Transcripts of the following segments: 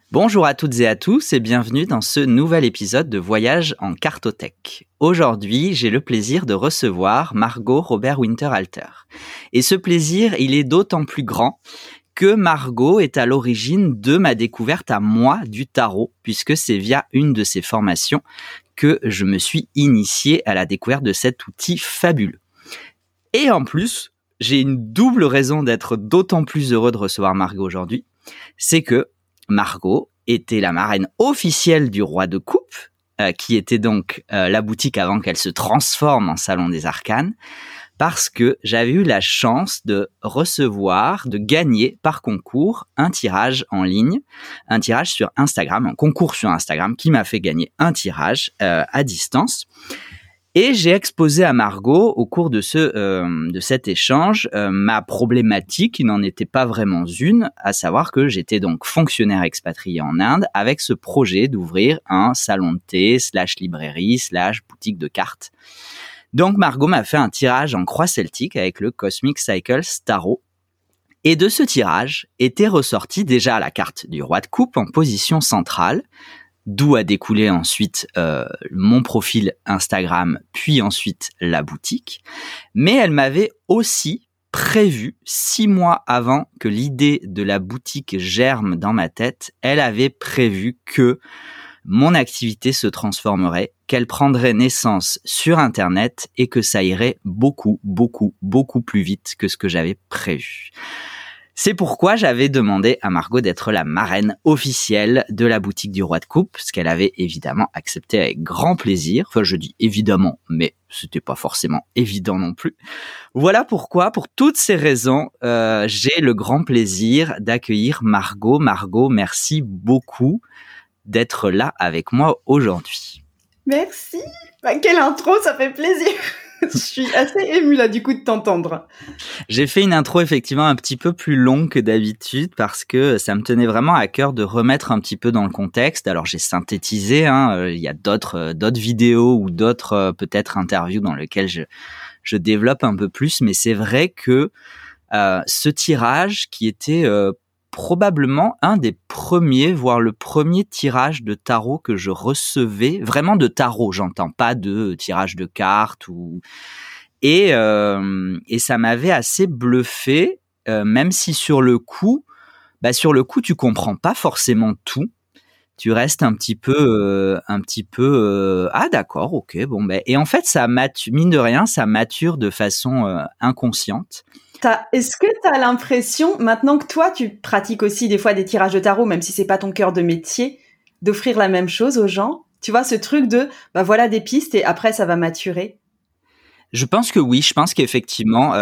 Bonjour à toutes et à tous et bienvenue dans ce nouvel épisode de Voyage en Cartothèque. Aujourd'hui, j'ai le plaisir de recevoir Margot Robert-Winterhalter. Et ce plaisir, il est d'autant plus grand que Margot est à l'origine de ma découverte à moi du tarot, puisque c'est via une de ses formations que je me suis initié à la découverte de cet outil fabuleux. Et en plus, j'ai une double raison d'être d'autant plus heureux de recevoir Margot aujourd'hui, c'est que Margot était la marraine officielle du Roi de Coupe, qui était donc la boutique avant qu'elle se transforme en Salon des Arcanes, parce que j'avais eu la chance de gagner par concours un tirage en ligne, un tirage sur Instagram, un concours sur Instagram qui m'a fait gagner un tirage à distance. Et j'ai exposé à Margot, au cours de cet échange, ma problématique, qui n'en était pas vraiment une, à savoir que j'étais donc fonctionnaire expatrié en Inde, avec ce projet d'ouvrir un salon de thé, /librairie, /boutique de cartes. Donc Margot m'a fait un tirage en croix celtique avec le Cosmic Cycles Tarot. Et de ce tirage était ressortie déjà la carte du Roi de Coupe en position centrale, d'où a découlé ensuite mon profil Instagram, puis ensuite la boutique. Mais elle m'avait aussi prévu, 6 mois avant que l'idée de la boutique germe dans ma tête, elle avait prévu que mon activité se transformerait, qu'elle prendrait naissance sur Internet et que ça irait beaucoup plus vite que ce que j'avais prévu. C'est pourquoi j'avais demandé à Margot d'être la marraine officielle de la boutique du Roi de Coupe, ce qu'elle avait évidemment accepté avec grand plaisir. Enfin, je dis évidemment, mais c'était pas forcément évident non plus. Voilà pourquoi, pour toutes ces raisons, j'ai le grand plaisir d'accueillir Margot. Margot, merci beaucoup d'être là avec moi aujourd'hui. Merci. Quelle intro, ça fait plaisir. Je suis assez émue là du coup de t'entendre. J'ai fait une intro effectivement un petit peu plus longue que d'habitude parce que ça me tenait vraiment à cœur de remettre un petit peu dans le contexte. Alors j'ai synthétisé, il y a d'autres vidéos ou d'autres peut-être interviews dans lesquelles je développe un peu plus, mais c'est vrai que ce tirage qui était probablement un des premiers, voire le premier tirage de tarot que je recevais, vraiment de tarot, j'entends, pas de tirage de cartes et ça m'avait assez bluffé, même si sur le coup, tu comprends pas forcément tout. Tu restes un petit peu, ah d'accord, ok, bon ben, et en fait ça mine de rien, ça mature de façon inconsciente. Est-ce que tu as l'impression, maintenant que toi, tu pratiques aussi des fois des tirages de tarot, même si c'est pas ton cœur de métier, d'offrir la même chose aux gens? Tu vois, ce truc de, voilà des pistes et après ça va maturer? Je pense que oui, je pense qu'effectivement,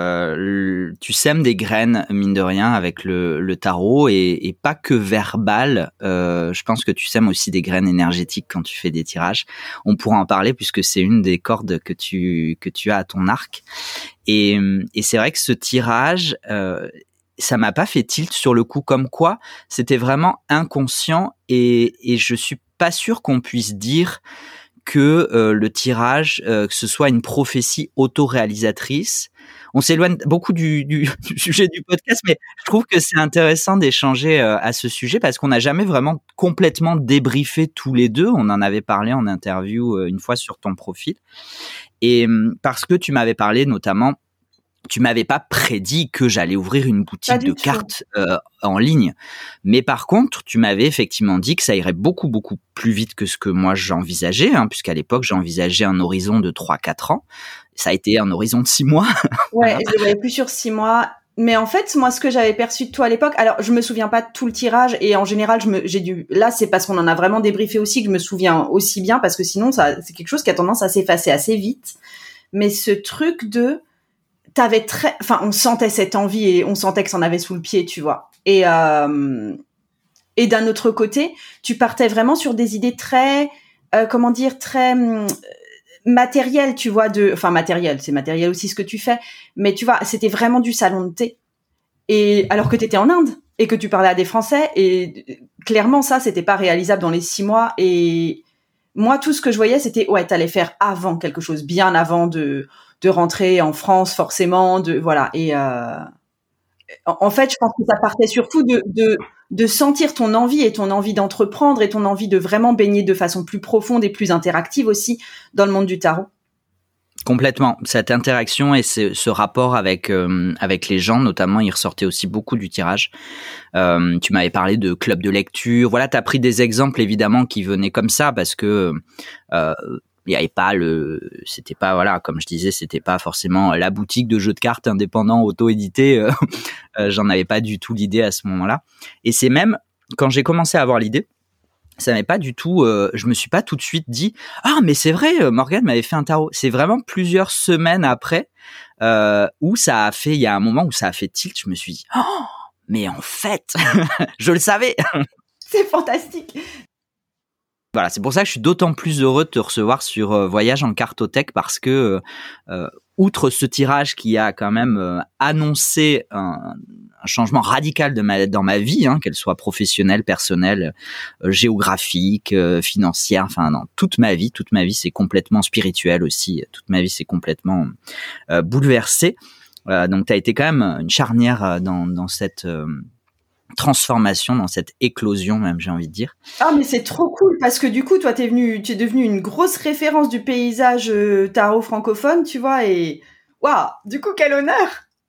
tu sèmes des graines, mine de rien, avec le tarot et pas que verbal. Je pense que tu sèmes aussi des graines énergétiques quand tu fais des tirages. On pourra en parler puisque c'est une des cordes que tu as à ton arc. Et c'est vrai que ce tirage, ça m'a pas fait tilt sur le coup, comme quoi c'était vraiment inconscient et je suis pas sûr qu'on puisse dire que le tirage, que ce soit une prophétie autoréalisatrice. On s'éloigne beaucoup du sujet du podcast, mais je trouve que c'est intéressant d'échanger à ce sujet parce qu'on n'a jamais vraiment complètement débriefé tous les deux. On en avait parlé en interview une fois sur ton profil. Et parce que tu m'avais parlé notamment, tu m'avais pas prédit que j'allais ouvrir une boutique de cartes en ligne. Mais par contre, tu m'avais effectivement dit que ça irait beaucoup plus vite que ce que moi j'envisageais, puisqu'à l'époque, j'envisageais un horizon de 3-4 ans. Ça a été un horizon de 6 mois. Ouais, je le voyais plus sur 6 mois. Mais en fait, moi, ce que j'avais perçu de toi à l'époque, alors je me souviens pas de tout le tirage et en général, là, c'est parce qu'on en a vraiment débriefé aussi que je me souviens aussi bien parce que sinon, c'est quelque chose qui a tendance à s'effacer assez vite. Mais ce truc de, on sentait cette envie et on sentait que ça en avait sous le pied, tu vois. Et d'un autre côté, tu partais vraiment sur des idées très, très matérielles, tu vois, matériel, c'est matériel aussi ce que tu fais, mais tu vois, c'était vraiment du salon de thé. Et alors que t'étais en Inde et que tu parlais à des Français et clairement ça, c'était pas réalisable dans les 6 mois et moi, tout ce que je voyais, c'était, t'allais faire avant quelque chose, bien avant de rentrer en France, forcément, voilà. Et, en fait, je pense que ça partait surtout de de sentir ton envie et ton envie d'entreprendre et ton envie de vraiment baigner de façon plus profonde et plus interactive aussi dans le monde du tarot. Complètement. Cette interaction et ce rapport avec les gens, notamment, il ressortait aussi beaucoup du tirage. Tu m'avais parlé de club de lecture. Voilà, tu as pris des exemples évidemment qui venaient comme ça parce que il y avait pas c'était pas, voilà, comme je disais, c'était pas forcément la boutique de jeux de cartes indépendants auto-édité. J'en avais pas du tout l'idée à ce moment-là. Et c'est même quand j'ai commencé à avoir l'idée, ça m'est pas du tout, je me suis pas tout de suite dit ah mais c'est vrai, Morgane m'avait fait un tarot. C'est vraiment plusieurs semaines après où ça a fait, il y a un moment où ça a fait tilt. Je me suis dit oh mais en fait je le savais. C'est fantastique. Voilà, c'est pour ça que je suis d'autant plus heureux de te recevoir sur Voyage en Cartothèque parce que outre ce tirage qui a quand même annoncé un changement radical dans ma vie, hein, qu'elle soit professionnelle, personnelle, géographique, financière, enfin dans toute ma vie c'est complètement spirituel aussi, toute ma vie c'est complètement bouleversé. Donc tu as été quand même une charnière dans cette transformation, dans cette éclosion même, j'ai envie de dire. Ah mais c'est trop cool parce que du coup toi tu es devenu une grosse référence du paysage tarot francophone, tu vois, et waouh, du coup quel honneur.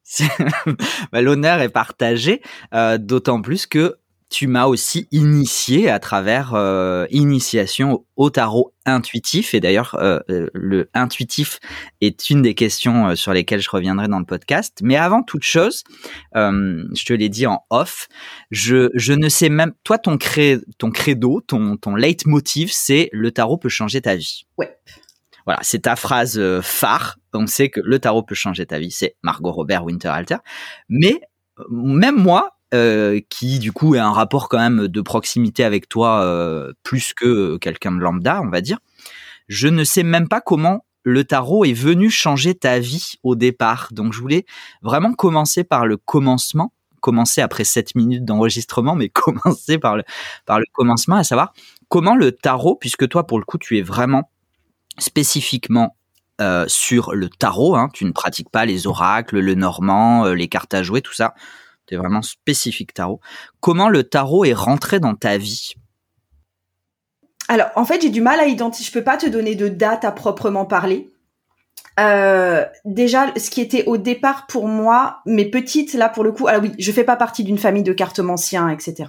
Bah, l'honneur est partagé, d'autant plus que tu m'as aussi initié à travers initiation au tarot intuitif. Et d'ailleurs, le intuitif est une des questions sur lesquelles je reviendrai dans le podcast. Mais avant toute chose, je te l'ai dit en off, je ne sais même... Toi, ton credo, ton leitmotiv, c'est « Le tarot peut changer ta vie ». Ouais. Voilà, c'est ta phrase phare. On sait que le tarot peut changer ta vie. C'est Margot Robert Winterhalter. Mais même moi, qui du coup est un rapport quand même de proximité avec toi plus que quelqu'un de lambda, on va dire, je ne sais même pas comment le tarot est venu changer ta vie au départ. Donc je voulais vraiment commencer par le commencement, commencer après 7 minutes d'enregistrement, mais commencer par le commencement, à savoir comment le tarot, puisque toi pour le coup tu es vraiment spécifiquement sur le tarot, hein, tu ne pratiques pas les oracles, le normand, les cartes à jouer, tout ça. Tu es vraiment spécifique tarot. Comment le tarot est rentré dans ta vie ? Alors, en fait, j'ai du mal à identifier. Je peux pas te donner de date à proprement parler. Déjà, ce qui était au départ pour moi, mes petites, là, pour le coup, alors oui, je fais pas partie d'une famille de cartomanciens, etc.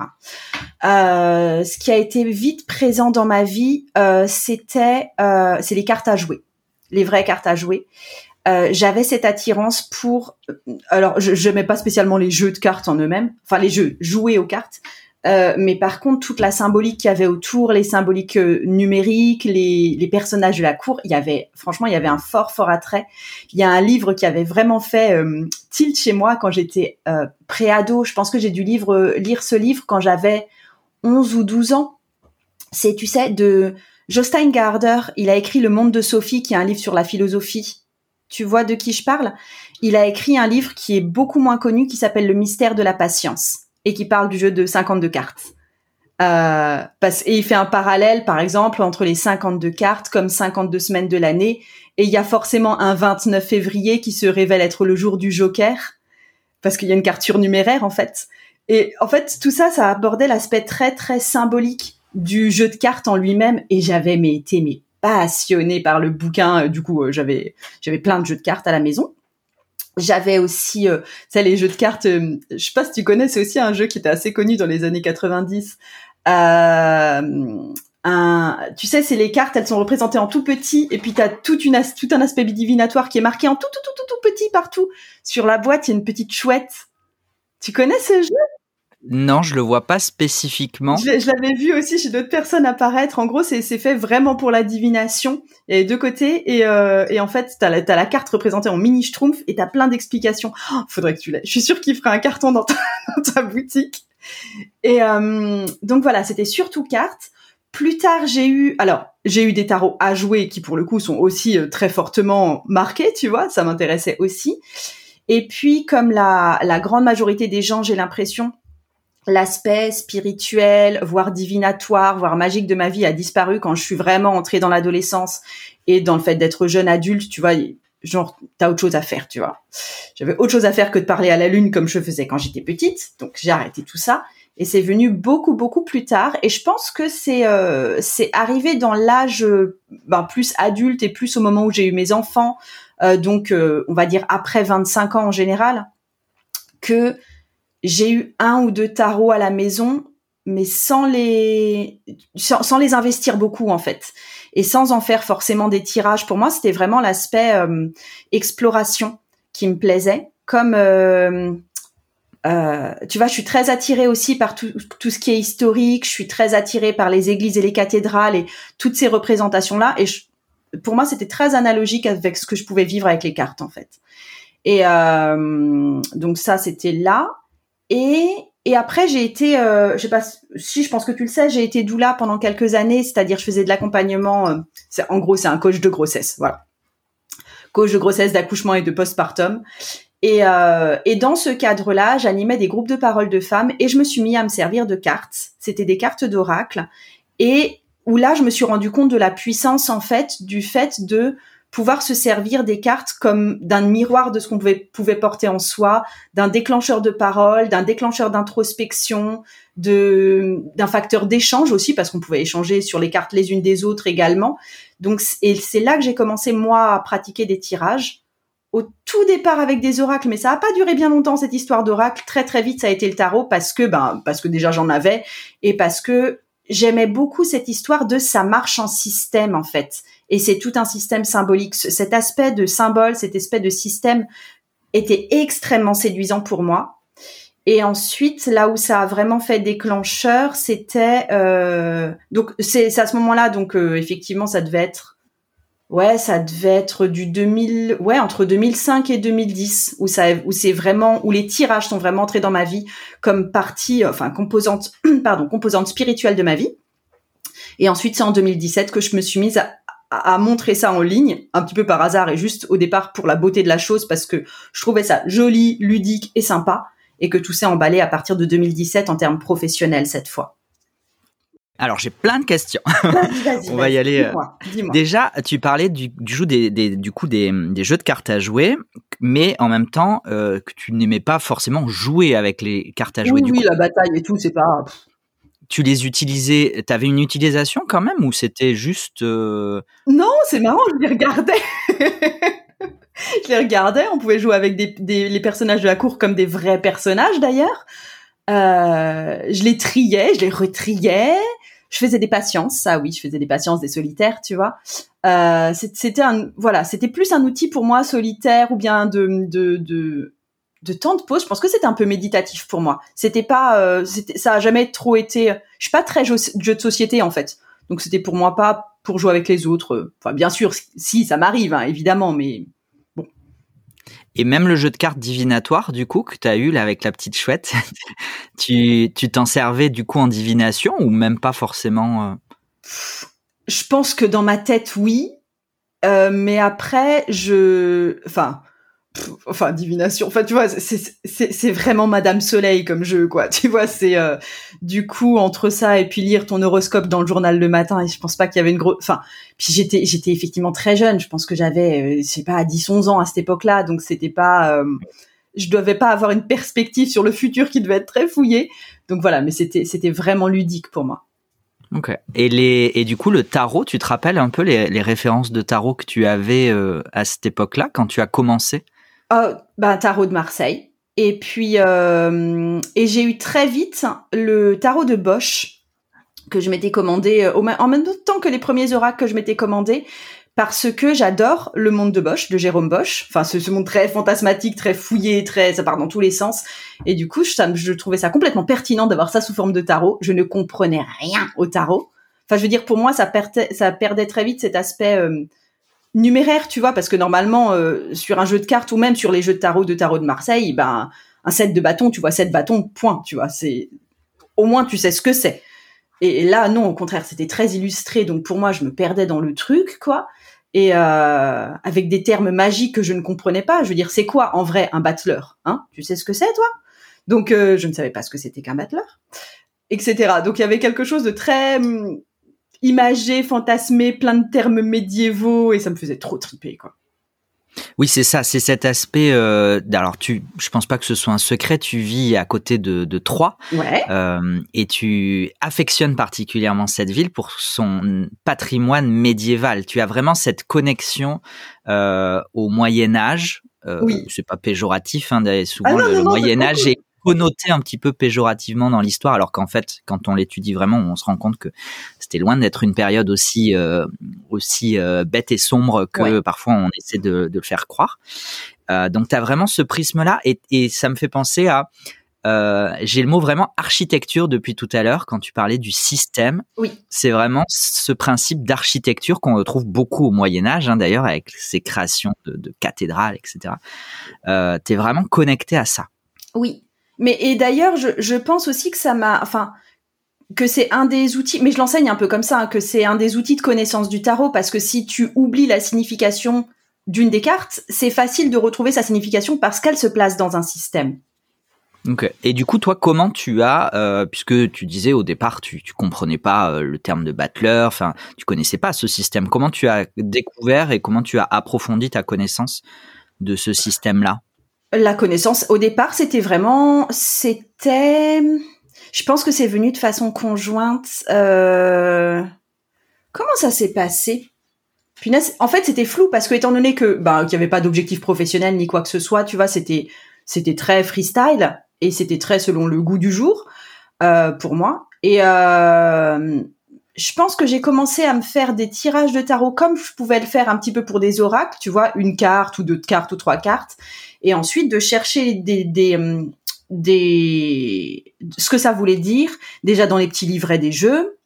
Ce qui a été vite présent dans ma vie, c'est les cartes à jouer. Les vraies cartes à jouer. J'avais cette attirance pour, alors je mets pas spécialement les jeux de cartes en eux-mêmes, enfin les jeux jouer aux cartes, mais par contre toute la symbolique qu'il y avait autour, les symboliques numériques, les personnages de la cour, il y avait un fort attrait. Il y a un livre qui avait vraiment fait tilt chez moi quand j'étais pré-ado. Je pense que j'ai dû lire ce livre quand j'avais 11 ou 12 ans. C'est, tu sais, de Jostein Gaarder. Il a écrit Le Monde de Sophie, qui est un livre sur la philosophie. Tu vois de qui je parle ? Il a écrit un livre qui est beaucoup moins connu, qui s'appelle Le Mystère de la Patience, et qui parle du jeu de 52 cartes. Et il fait un parallèle, par exemple, entre les 52 cartes comme 52 semaines de l'année, et il y a forcément un 29 février qui se révèle être le jour du Joker, parce qu'il y a une carte surnuméraire, en fait. Et en fait, tout ça, ça abordait l'aspect très, très symbolique du jeu de cartes en lui-même, et j'avais été passionnée par le bouquin. Du coup, j'avais plein de jeux de cartes à la maison. J'avais aussi, les jeux de cartes. Je sais pas si tu connais, c'est aussi un jeu qui était assez connu dans les années 90. Tu sais, c'est les cartes, elles sont représentées en tout petit, et puis t'as tout un aspect divinatoire qui est marqué en tout petit partout. Sur la boîte, il y a une petite chouette. Tu connais ce jeu ? Non, je le vois pas spécifiquement. Je l'avais vu aussi chez d'autres personnes apparaître. En gros, c'est fait vraiment pour la divination. Il y a les deux côtés, et en fait, t'as la carte représentée en mini schtroumpf, et t'as plein d'explications. Oh, faudrait que tu l'aies. Je suis sûre qu'il fera un carton dans ta boutique. Et donc voilà, c'était surtout cartes. Plus tard, j'ai eu des tarots à jouer qui, pour le coup, sont aussi très fortement marqués, tu vois. Ça m'intéressait aussi. Et puis, comme la grande majorité des gens, j'ai l'impression, l'aspect spirituel, voire divinatoire, voire magique de ma vie a disparu quand je suis vraiment entrée dans l'adolescence et dans le fait d'être jeune adulte, tu vois, genre, t'as autre chose à faire, tu vois. J'avais autre chose à faire que de parler à la lune comme je faisais quand j'étais petite, donc j'ai arrêté tout ça. Et c'est venu beaucoup, beaucoup plus tard. Et je pense que c'est arrivé dans l'âge plus adulte et plus au moment où j'ai eu mes enfants, donc on va dire après 25 ans en général, que j'ai eu 1 ou 2 tarots à la maison, mais sans les investir beaucoup en fait, et sans en faire forcément des tirages. Pour moi, c'était vraiment l'aspect exploration qui me plaisait. Comme tu vois, je suis très attirée aussi par tout ce qui est historique. Je suis très attirée par les églises et les cathédrales et toutes ces représentations-là. Et pour moi, c'était très analogique avec ce que je pouvais vivre avec les cartes, en fait. Et donc ça, c'était là. Et après, j'ai été, je sais pas si, je pense que tu le sais, j'ai été doula pendant quelques années. C'est-à-dire, je faisais de l'accompagnement. En gros, c'est un coach de grossesse, voilà. Coach de grossesse, d'accouchement et de postpartum. Et dans ce cadre-là, j'animais des groupes de parole de femmes et je me suis mis à me servir de cartes. C'était des cartes d'oracle. Et où là, je me suis rendu compte de la puissance, en fait, du fait de pouvoir se servir des cartes comme d'un miroir de ce qu'on pouvait porter en soi, d'un déclencheur de parole, d'un déclencheur d'introspection, d'un facteur d'échange aussi, parce qu'on pouvait échanger sur les cartes les unes des autres également. Donc, et c'est là que j'ai commencé, moi, à pratiquer des tirages. Au tout départ avec des oracles, mais ça a pas duré bien longtemps, cette histoire d'oracle. Très, très vite, ça a été le tarot parce que déjà j'en avais et parce que j'aimais beaucoup cette histoire de ça marche en système, en fait. Et c'est tout un système symbolique. Cet aspect de symbole, cet aspect de système était extrêmement séduisant pour moi. Et ensuite, là où ça a vraiment fait déclencheur, c'était, donc, c'est à ce moment-là, donc, effectivement, ça devait être du 2000, entre 2005 et 2010, où c'est vraiment, où les tirages sont vraiment entrés dans ma vie comme composante spirituelle de ma vie. Et ensuite, c'est en 2017 que je me suis mise à montrer ça en ligne, un petit peu par hasard et juste au départ pour la beauté de la chose, parce que je trouvais ça joli, ludique et sympa, et que tout s'est emballé à partir de 2017 en termes professionnels cette fois. Alors, j'ai plein de questions. Vas-y, On va y aller. Dis-moi. Déjà, tu parlais du jeu des jeux de cartes à jouer, mais en même temps, que tu n'aimais pas forcément jouer avec les cartes à jouer. Oui, la bataille et tout, c'est pas... Tu les utilisais, t'avais une utilisation quand même, ou c'était juste... Non, c'est marrant, je les regardais. Je les regardais, on pouvait jouer avec les personnages de la cour comme des vrais personnages d'ailleurs. Je les triais, je les retriais. Je faisais des patiences, ça oui, je faisais des patiences, des solitaires, tu vois. C'était plus un outil pour moi solitaire ou bien de temps de pause. Je pense que c'était un peu méditatif pour moi. C'était pas, ça a jamais trop été. Je suis pas très jeu de société en fait, donc c'était pour moi pas pour jouer avec les autres. Enfin, bien sûr, si ça m'arrive, hein, évidemment, mais bon. Et même le jeu de cartes divinatoire, du coup, que tu as eu là avec la petite chouette, tu t'en servais du coup en divination ou même pas forcément Je pense que dans ma tête, oui. Mais après, divination. Enfin, tu vois, c'est vraiment Madame Soleil comme jeu, quoi. Tu vois, c'est du coup entre ça et puis lire ton horoscope dans le journal le matin. Et je pense pas qu'il y avait une grosse. Enfin, puis j'étais effectivement très jeune. Je pense que j'avais, je sais pas, 10-11 ans à cette époque-là. Donc c'était pas. Je devais pas avoir une perspective sur le futur qui devait être très fouillée. Donc voilà, mais c'était vraiment ludique pour moi. Ok. Et du coup, le tarot, tu te rappelles un peu les références de tarot que tu avais à cette époque-là, quand tu as commencé? Tarot de Marseille. Et puis, et j'ai eu très vite le tarot de Bosch que je m'étais commandé en même temps que les premiers oracles que je m'étais commandé, parce que j'adore le monde de Bosch, de Jérôme Bosch. Enfin, ce monde très fantasmatique, très fouillé, ça part dans tous les sens. Et du coup, je trouvais ça complètement pertinent d'avoir ça sous forme de tarot. Je ne comprenais rien au tarot. Enfin, je veux dire, pour moi, ça perdait très vite cet aspect numéraire, tu vois, parce que normalement, sur un jeu de cartes ou même sur les jeux de tarot de Marseille, ben, un set de bâtons, tu vois, 7 bâtons, point, tu vois, c'est, au moins, tu sais ce que c'est. Et là, non, au contraire, c'était très illustré, donc pour moi, je me perdais dans le truc, quoi. Et avec des termes magiques que je ne comprenais pas. Je veux dire, c'est quoi, en vrai, un battleur, hein? Tu sais ce que c'est, toi? Donc, je ne savais pas ce que c'était qu'un battleur, etc. Donc, il y avait quelque chose de très imagé, fantasmé, plein de termes médiévaux, et ça me faisait trop triper, quoi. Oui, c'est ça, c'est cet aspect. Alors, je pense pas que ce soit un secret. Tu vis à côté de Troyes, Ouais. et tu affectionnes particulièrement cette ville pour son patrimoine médiéval. Tu as vraiment cette connexion au Moyen Âge. Oui. C'est pas péjoratif, hein, Ah souvent non, le non, non, c'est Moyen trop Âge cool. est connoté un petit peu péjorativement dans l'histoire, alors qu'en fait, quand on l'étudie vraiment, on se rend compte que c'était loin d'être une période aussi bête et sombre que Ouais. parfois on essaie de le faire croire. Donc tu as vraiment ce prisme-là, et ça me fait penser à j'ai le mot vraiment architecture depuis tout à l'heure quand tu parlais du système. Oui. C'est vraiment ce principe d'architecture qu'on retrouve beaucoup au Moyen-Âge, hein, d'ailleurs, avec ces créations de cathédrales, etc. Tu es vraiment connecté à ça. Oui. Mais et d'ailleurs, je pense aussi que que c'est un des outils, mais je l'enseigne un peu comme ça, hein, que c'est un des outils de connaissance du tarot, parce que si tu oublies la signification d'une des cartes, c'est facile de retrouver sa signification parce qu'elle se place dans un système. Okay. Et du coup, toi, comment tu as, puisque tu disais au départ, tu comprenais pas le terme de battleur, enfin, tu connaissais pas ce système. Comment tu as découvert et comment tu as approfondi ta connaissance de ce système-là? La connaissance, au départ, je pense que c'est venu de façon conjointe. Comment ça s'est passé? Punaise, en fait, c'était flou parce que étant donné qu'il y avait pas d'objectif professionnel ni quoi que ce soit, tu vois, c'était très freestyle et c'était très selon le goût du jour pour moi. Et je pense que j'ai commencé à me faire des tirages de tarot comme je pouvais le faire un petit peu pour des oracles, tu vois, une carte ou deux cartes ou trois cartes, et ensuite de chercher ce que ça voulait dire déjà dans les petits livrets des jeux.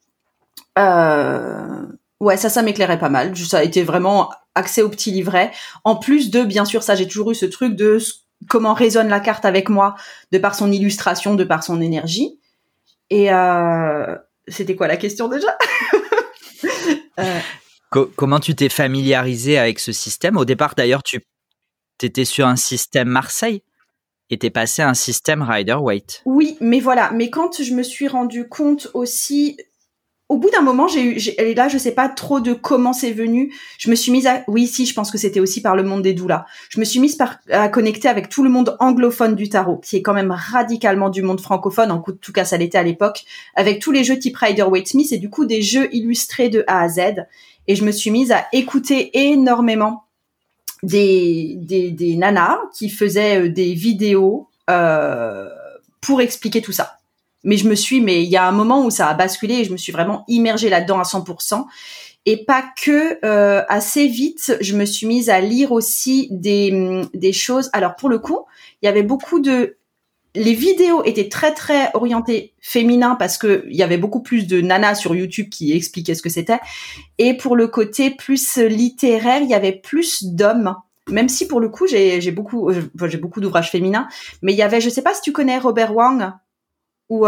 Ouais, ça m'éclairait pas mal. Ça a été vraiment accès au petit livret. En plus de, bien sûr, ça, j'ai toujours eu ce truc de comment résonne la carte avec moi, de par son illustration, de par son énergie. Et c'était quoi la question déjà? Comment tu t'es familiarisé avec ce système? Au départ, d'ailleurs, tu étais sur un système Marseille et t'es passé à un système Rider-Waite. Oui, mais voilà. Mais quand je me suis rendu compte aussi, au bout d'un moment, et là, je sais pas trop de comment c'est venu. Je me suis mise oui, si, je pense que c'était aussi par le monde des doulas. Je me suis mise à connecter avec tout le monde anglophone du tarot, qui est quand même radicalement du monde francophone. En tout cas, ça l'était à l'époque, avec tous les jeux type Rider-Waite-Smith et du coup des jeux illustrés de A à Z. Et je me suis mise à écouter énormément des nanas qui faisaient des vidéos pour expliquer tout ça. Mais il y a un moment où ça a basculé et je me suis vraiment immergée là-dedans à 100%. Et pas que, assez vite, je me suis mise à lire aussi des choses. Alors pour le coup, il y avait les vidéos étaient très très orientées féminin parce que il y avait beaucoup plus de nanas sur YouTube qui expliquaient ce que c'était. Et pour le côté plus littéraire, il y avait plus d'hommes. Même si pour le coup, j'ai beaucoup d'ouvrages féminins, mais il y avait, je sais pas si tu connais Robert Wang ou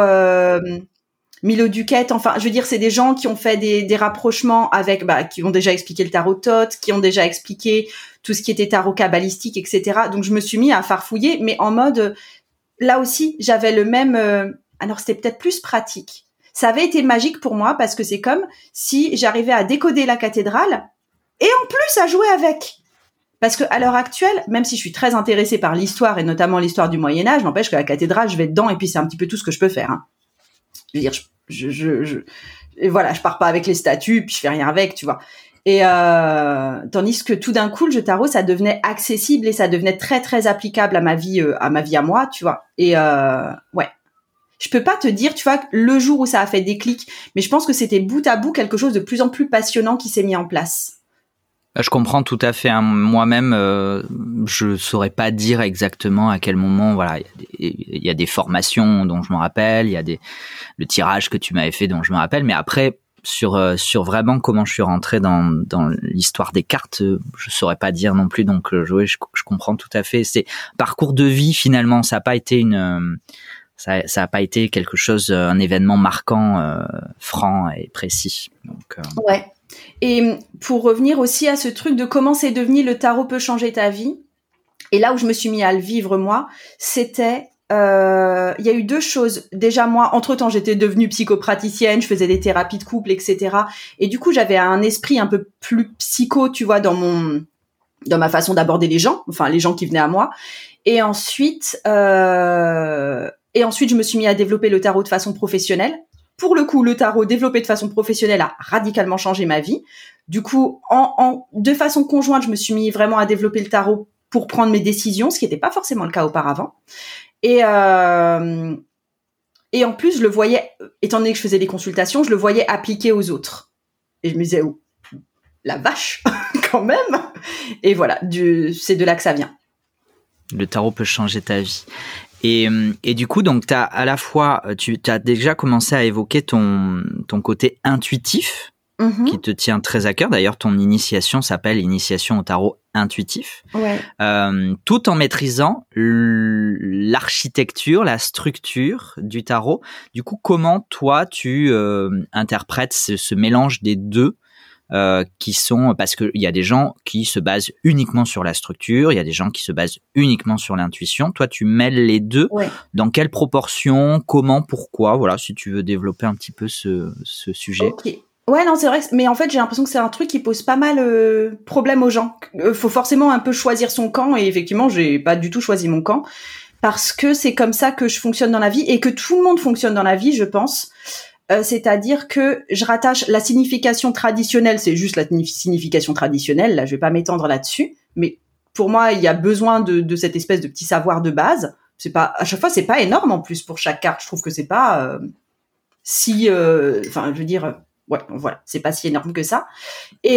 Milo Duquette. Enfin, je veux dire, c'est des gens qui ont fait des rapprochements avec, qui ont déjà expliqué le tarot Thoth, qui ont déjà expliqué tout ce qui était tarot kabbalistique, etc. Donc, je me suis mis à farfouiller, mais en mode, là aussi, j'avais le même. Alors, c'était peut-être plus pratique. Ça avait été magique pour moi parce que c'est comme si j'arrivais à décoder la cathédrale et en plus à jouer avec. Parce que à l'heure actuelle, même si je suis très intéressée par l'histoire et notamment l'histoire du Moyen-Âge, n'empêche que la cathédrale, je vais dedans et puis c'est un petit peu tout ce que je peux faire. Hein. Je veux dire, et voilà, je pars pas avec les statues puis je fais rien avec, tu vois. Et tandis que tout d'un coup, le jeu tarot, ça devenait accessible et ça devenait très très applicable à ma vie à moi, tu vois. Et ouais. Je peux pas te dire, tu vois, le jour où ça a fait déclic, mais je pense que c'était bout à bout quelque chose de plus en plus passionnant qui s'est mis en place. Je comprends tout à fait. Hein. Moi-même, je saurais pas dire exactement à quel moment. Voilà, il y a des formations dont je me rappelle, il y a le tirage que tu m'avais fait dont je me rappelle, mais après sur vraiment comment je suis rentré dans l'histoire des cartes, je saurais pas dire non plus. Donc, je comprends tout à fait. C'est parcours de vie finalement. Ça a pas été ça a pas été quelque chose, un événement marquant, franc et précis. Donc, ouais. Et pour revenir aussi à ce truc de comment c'est devenu le tarot peut changer ta vie, et là où je me suis mis à le vivre moi, c'était il y a eu deux choses. Déjà moi, entre-temps, j'étais devenue psychopraticienne, je faisais des thérapies de couple, etc. Et du coup, j'avais un esprit un peu plus psycho, tu vois, dans dans ma façon d'aborder les gens, enfin les gens qui venaient à moi. Et ensuite, je me suis mis à développer le tarot de façon professionnelle. Pour le coup, le tarot développé de façon professionnelle a radicalement changé ma vie. Du coup, de façon conjointe, je me suis mis vraiment à développer le tarot pour prendre mes décisions, ce qui n'était pas forcément le cas auparavant. Et en plus, je le voyais, étant donné que je faisais des consultations, je le voyais appliqué aux autres. Et je me disais, oh, la vache, quand même. Et voilà, c'est de là que ça vient. Le tarot peut changer ta vie. Et du coup, donc, t'as à la fois, tu as déjà commencé à évoquer ton côté intuitif, qui te tient très à cœur. D'ailleurs, ton initiation s'appelle Initiation au tarot intuitif. Ouais. Tout en maîtrisant l'architecture, la structure du tarot. Du coup, comment toi, tu interprètes ce mélange des deux qui sont, parce qu'il y a des gens qui se basent uniquement sur la structure, il y a des gens qui se basent uniquement sur l'intuition. Toi, tu mêles les deux. Ouais. Dans quelle proportion, comment, pourquoi? Voilà, si tu veux développer un petit peu ce sujet. Ok. Ouais, non, c'est vrai. Mais en fait, j'ai l'impression que c'est un truc qui pose pas mal problème aux gens. Faut forcément un peu choisir son camp. Et effectivement, j'ai pas du tout choisi mon camp parce que c'est comme ça que je fonctionne dans la vie et que tout le monde fonctionne dans la vie, je pense. C'est-à-dire que je rattache la signification traditionnelle, c'est juste la signification traditionnelle, là je vais pas m'étendre là-dessus, mais pour moi il y a besoin de cette espèce de petit savoir de base. C'est pas, à chaque fois c'est pas énorme en plus pour chaque carte, je trouve que c'est pas enfin je veux dire, ouais voilà, c'est pas si énorme que ça. Et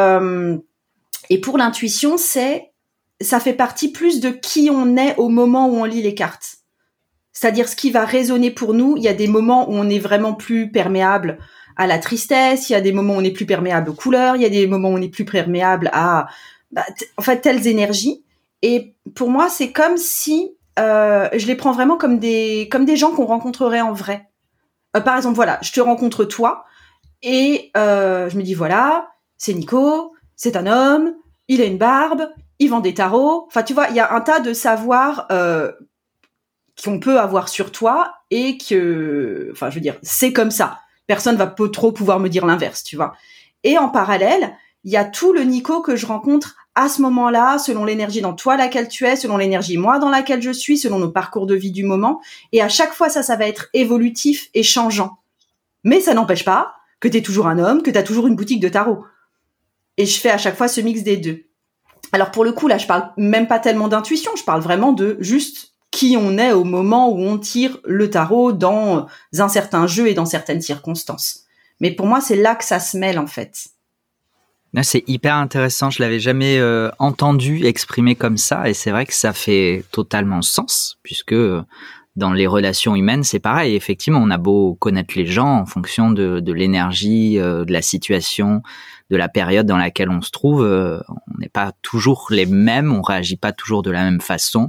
pour l'intuition, ça fait partie plus de qui on est au moment où on lit les cartes. C'est-à-dire ce qui va résonner pour nous. Il y a des moments où on est vraiment plus perméable à la tristesse, il y a des moments où on est plus perméable aux couleurs, il y a des moments où on est plus perméable à en fait telles énergies. Et pour moi, c'est comme si je les prends vraiment comme des gens qu'on rencontrerait en vrai. Par exemple, voilà, je te rencontre toi et je me dis voilà, c'est Nico, c'est un homme, il a une barbe, il vend des tarots. Enfin, tu vois, il y a un tas de savoirs qu'on peut avoir sur toi et que, enfin, je veux dire, c'est comme ça. Personne va pas trop pouvoir me dire l'inverse, tu vois. Et en parallèle, il y a tout le Nico que je rencontre à ce moment-là, selon l'énergie dans toi laquelle tu es, selon l'énergie moi dans laquelle je suis, selon nos parcours de vie du moment. Et à chaque fois, ça va être évolutif et changeant. Mais ça n'empêche pas que t'es toujours un homme, que t'as toujours une boutique de tarot. Et je fais à chaque fois ce mix des deux. Alors pour le coup, là, je parle même pas tellement d'intuition, je parle vraiment de juste qui on est au moment où on tire le tarot dans un certain jeu et dans certaines circonstances. Mais pour moi, c'est là que ça se mêle, en fait. C'est hyper intéressant, je l'avais jamais entendu exprimer comme ça, et c'est vrai que ça fait totalement sens, puisque dans les relations humaines, c'est pareil. Effectivement, on a beau connaître les gens en fonction de l'énergie, de la situation, de la période dans laquelle on se trouve, on n'est pas toujours les mêmes, on réagit pas toujours de la même façon,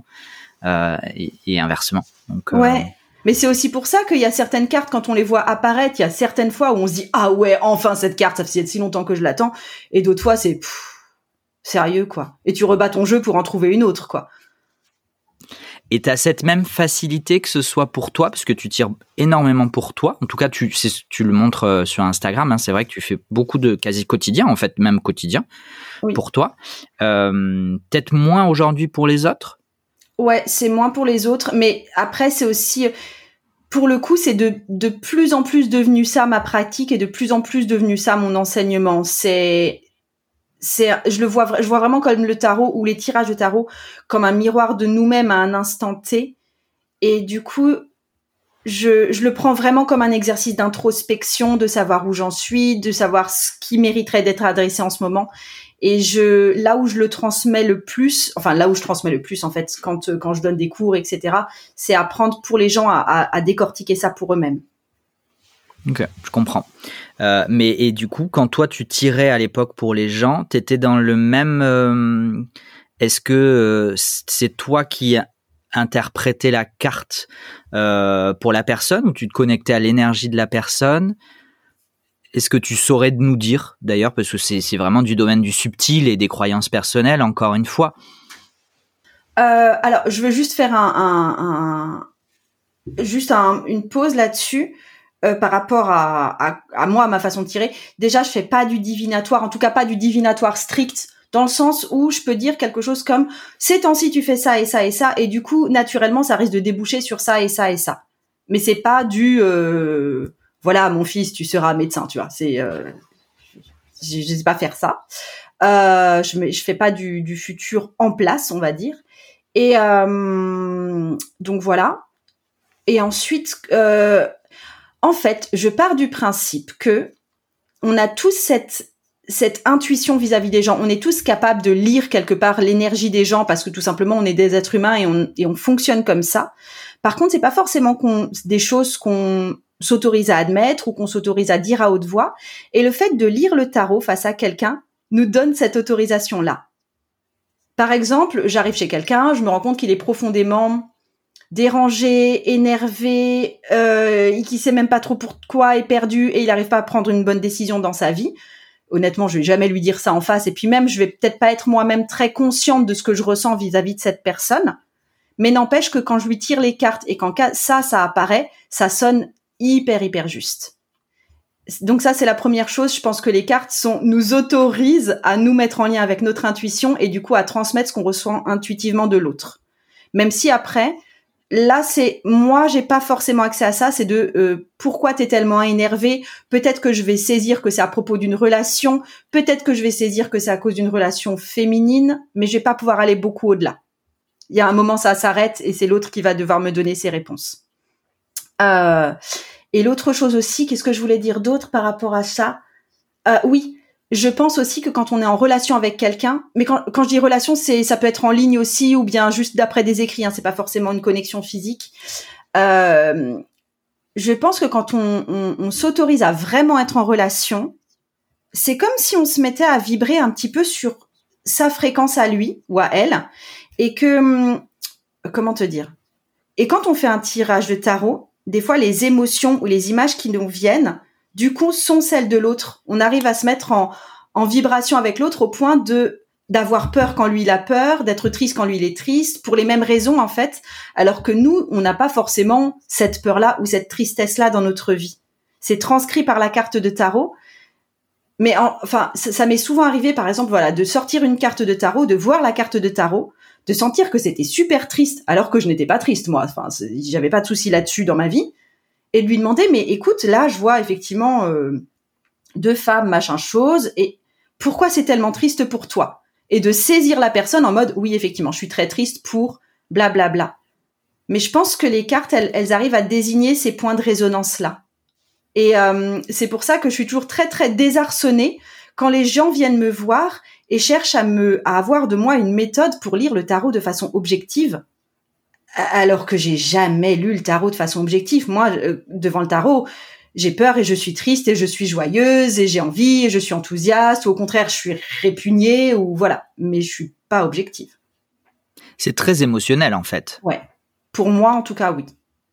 et inversement. Donc, ouais. Mais c'est aussi pour ça qu'il y a certaines cartes, quand on les voit apparaître, il y a certaines fois où on se dit « Ah ouais, enfin cette carte, ça fait si longtemps que je l'attends ». Et d'autres fois, c'est sérieux, quoi. Et tu rebats ton jeu pour en trouver une autre, quoi. Et tu as cette même facilité que ce soit pour toi, parce que tu tires énormément pour toi. En tout cas, tu le montres sur Instagram. Hein, c'est vrai que tu fais beaucoup de quasi quotidien, en fait, même quotidien, oui, pour toi. Peut-être moins aujourd'hui pour les autres. Ouais, c'est moins pour les autres. Mais après, c'est aussi... Pour le coup, c'est de plus en plus devenu ça ma pratique et de plus en plus devenu ça mon enseignement. Je vois vraiment comme le tarot ou les tirages de tarot comme un miroir de nous-mêmes à un instant T. Et du coup, je le prends vraiment comme un exercice d'introspection, de savoir où j'en suis, de savoir ce qui mériterait d'être adressé en ce moment. Et là où je transmets le plus, en fait, quand je donne des cours, etc., c'est apprendre pour les gens à décortiquer ça pour eux-mêmes. Ok, je comprends. Et du coup, quand toi tu tirais à l'époque pour les gens, t'étais dans le même. Est-ce que c'est toi qui interprétais la carte pour la personne, ou tu te connectais à l'énergie de la personne? Est-ce que tu saurais nous dire, d'ailleurs, parce que c'est vraiment du domaine du subtil et des croyances personnelles, encore une fois. Alors, je veux juste faire une pause là-dessus. Par rapport à moi, à ma façon de tirer. Déjà, je fais pas du divinatoire, en tout cas pas du divinatoire strict, dans le sens où je peux dire quelque chose comme ces temps-ci tu fais ça et ça et ça, et du coup naturellement ça risque de déboucher sur ça et ça et ça. Mais c'est pas du voilà mon fils tu seras médecin, tu vois. C'est je sais pas faire ça. Je fais pas du futur en place, on va dire. Et donc voilà. Et ensuite, en fait, je pars du principe que on a tous cette intuition vis-à-vis des gens. On est tous capables de lire quelque part l'énergie des gens parce que tout simplement on est des êtres humains et on fonctionne comme ça. Par contre, c'est pas forcément des choses qu'on s'autorise à admettre ou qu'on s'autorise à dire à haute voix. Et le fait de lire le tarot face à quelqu'un nous donne cette autorisation-là. Par exemple, j'arrive chez quelqu'un, je me rends compte qu'il est profondément dérangé, énervé, qui sait même pas trop pourquoi, est perdu et il n'arrive pas à prendre une bonne décision dans sa vie. Honnêtement, je vais jamais lui dire ça en face et puis même, je vais peut-être pas être moi-même très consciente de ce que je ressens vis-à-vis de cette personne. Mais n'empêche que quand je lui tire les cartes et quand ça apparaît, ça sonne hyper juste. Donc ça, c'est la première chose. Je pense que les cartes nous autorisent à nous mettre en lien avec notre intuition et du coup à transmettre ce qu'on ressent intuitivement de l'autre. Même si après, là, moi, j'ai pas forcément accès à ça. C'est de pourquoi t'es tellement énervé. Peut-être que je vais saisir que c'est à propos d'une relation. Peut-être que je vais saisir que c'est à cause d'une relation féminine. Mais je vais pas pouvoir aller beaucoup au-delà. Il y a un moment, ça s'arrête et c'est l'autre qui va devoir me donner ses réponses. Et l'autre chose aussi, qu'est-ce que je voulais dire d'autre par rapport à ça ? Oui, je pense aussi que quand on est en relation avec quelqu'un, mais quand je dis relation, ça peut être en ligne aussi ou bien juste d'après des écrits, hein, c'est pas forcément une connexion physique. Je pense que quand on s'autorise à vraiment être en relation, c'est comme si on se mettait à vibrer un petit peu sur sa fréquence à lui ou à elle et que, comment te dire ? Et quand on fait un tirage de tarot, des fois, les émotions ou les images qui nous viennent, du coup, sont celles de l'autre. On arrive à se mettre en vibration avec l'autre au point d'avoir peur quand lui, il a peur, d'être triste quand lui, il est triste, pour les mêmes raisons, en fait, alors que nous, on n'a pas forcément cette peur-là ou cette tristesse-là dans notre vie. C'est transcrit par la carte de tarot. Mais enfin, ça m'est souvent arrivé, par exemple, voilà, de sortir une carte de tarot, de voir la carte de tarot, de sentir que c'était super triste, alors que je n'étais pas triste, moi. Enfin, j'avais pas de souci là-dessus dans ma vie. Et de lui demander, mais écoute, là, je vois effectivement 2 femmes, machin chose, et pourquoi c'est tellement triste pour toi ? Et de saisir la personne en mode, oui, effectivement, je suis très triste pour blablabla. Bla, bla. Mais je pense que les cartes, elles arrivent à désigner ces points de résonance-là. Et c'est pour ça que je suis toujours très, très désarçonnée quand les gens viennent me voir et cherchent à avoir de moi une méthode pour lire le tarot de façon objective, alors que j'ai jamais lu le tarot de façon objective. Moi, devant le tarot, j'ai peur et je suis triste et je suis joyeuse et j'ai envie et je suis enthousiaste ou au contraire, je suis répugnée ou voilà. Mais je suis pas objective. C'est très émotionnel en fait. Ouais. Pour moi, en tout cas, oui.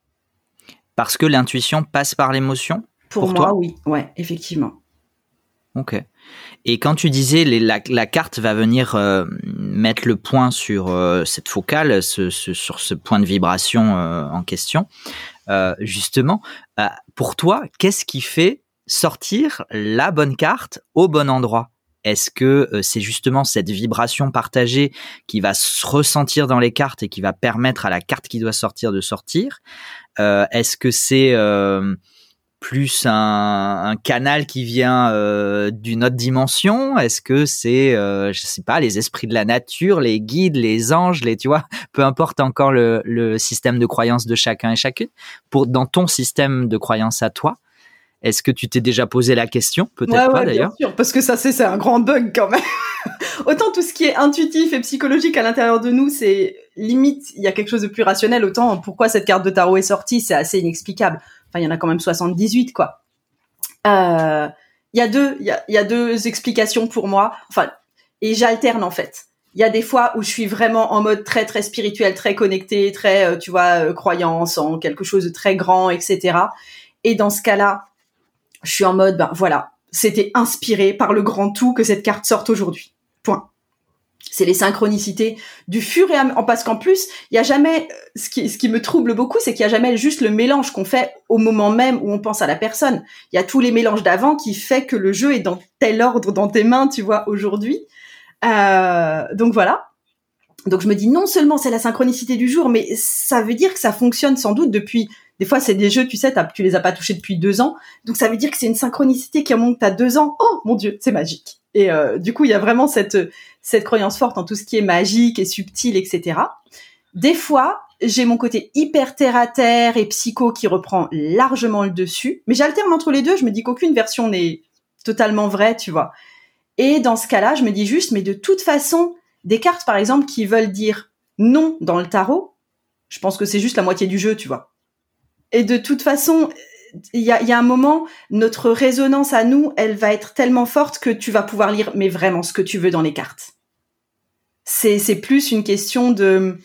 Parce que l'intuition passe par l'émotion ? Pour moi, toi oui. Ouais, effectivement. Ok. Et quand tu disais la carte va venir mettre le point sur cette focale, sur ce point de vibration en question, justement, pour toi, qu'est-ce qui fait sortir la bonne carte au bon endroit ? Est-ce que c'est justement cette vibration partagée qui va se ressentir dans les cartes et qui va permettre à la carte qui doit sortir de sortir ? Est-ce que c'est plus un canal qui vient d'une autre dimension ? Est-ce que c'est, je sais pas, les esprits de la nature, les guides, les anges, tu vois, peu importe encore le système de croyance de chacun et chacune. Dans ton système de croyance à toi, est-ce que tu t'es déjà posé la question ? Peut-être pas d'ailleurs. Bien sûr, parce que ça, c'est un grand bug quand même. Autant tout ce qui est intuitif et psychologique à l'intérieur de nous, c'est limite, il y a quelque chose de plus rationnel. Autant pourquoi cette carte de tarot est sortie, c'est assez inexplicable. Enfin, il y en a quand même 78, quoi. Il y a deux explications pour moi. Enfin, et j'alterne en fait. Il y a des fois où je suis vraiment en mode très très spirituel, très connecté, très croyance en quelque chose de très grand, etc. Et dans ce cas-là, je suis en mode voilà, c'était inspiré par le grand tout que cette carte sorte aujourd'hui. Point. C'est les synchronicités du fur et à mesure. Parce qu'en plus, il y a jamais, ce qui me trouble beaucoup, c'est qu'il y a jamais juste le mélange qu'on fait au moment même où on pense à la personne. Il y a tous les mélanges d'avant qui fait que le jeu est dans tel ordre dans tes mains, tu vois, aujourd'hui. Donc voilà. Donc je me dis non seulement c'est la synchronicité du jour, mais ça veut dire que ça fonctionne sans doute depuis. Des fois c'est des jeux, tu sais, tu les as pas touchés depuis 2 ans, donc ça veut dire que c'est une synchronicité qui remonte à 2 ans. Oh mon Dieu, c'est magique. Et du coup il y a vraiment cette croyance forte en tout ce qui est magique et subtil, etc. Des fois j'ai mon côté hyper terre à terre et psycho qui reprend largement le dessus, mais j'alterne entre les deux. Je me dis qu'aucune version n'est totalement vraie, tu vois. Et dans ce cas-là, je me dis juste, mais de toute façon, des cartes, par exemple, qui veulent dire non dans le tarot, je pense que c'est juste la moitié du jeu, tu vois. Et de toute façon, il y a un moment, notre résonance à nous, elle va être tellement forte que tu vas pouvoir lire, mais vraiment ce que tu veux dans les cartes. C'est plus une question de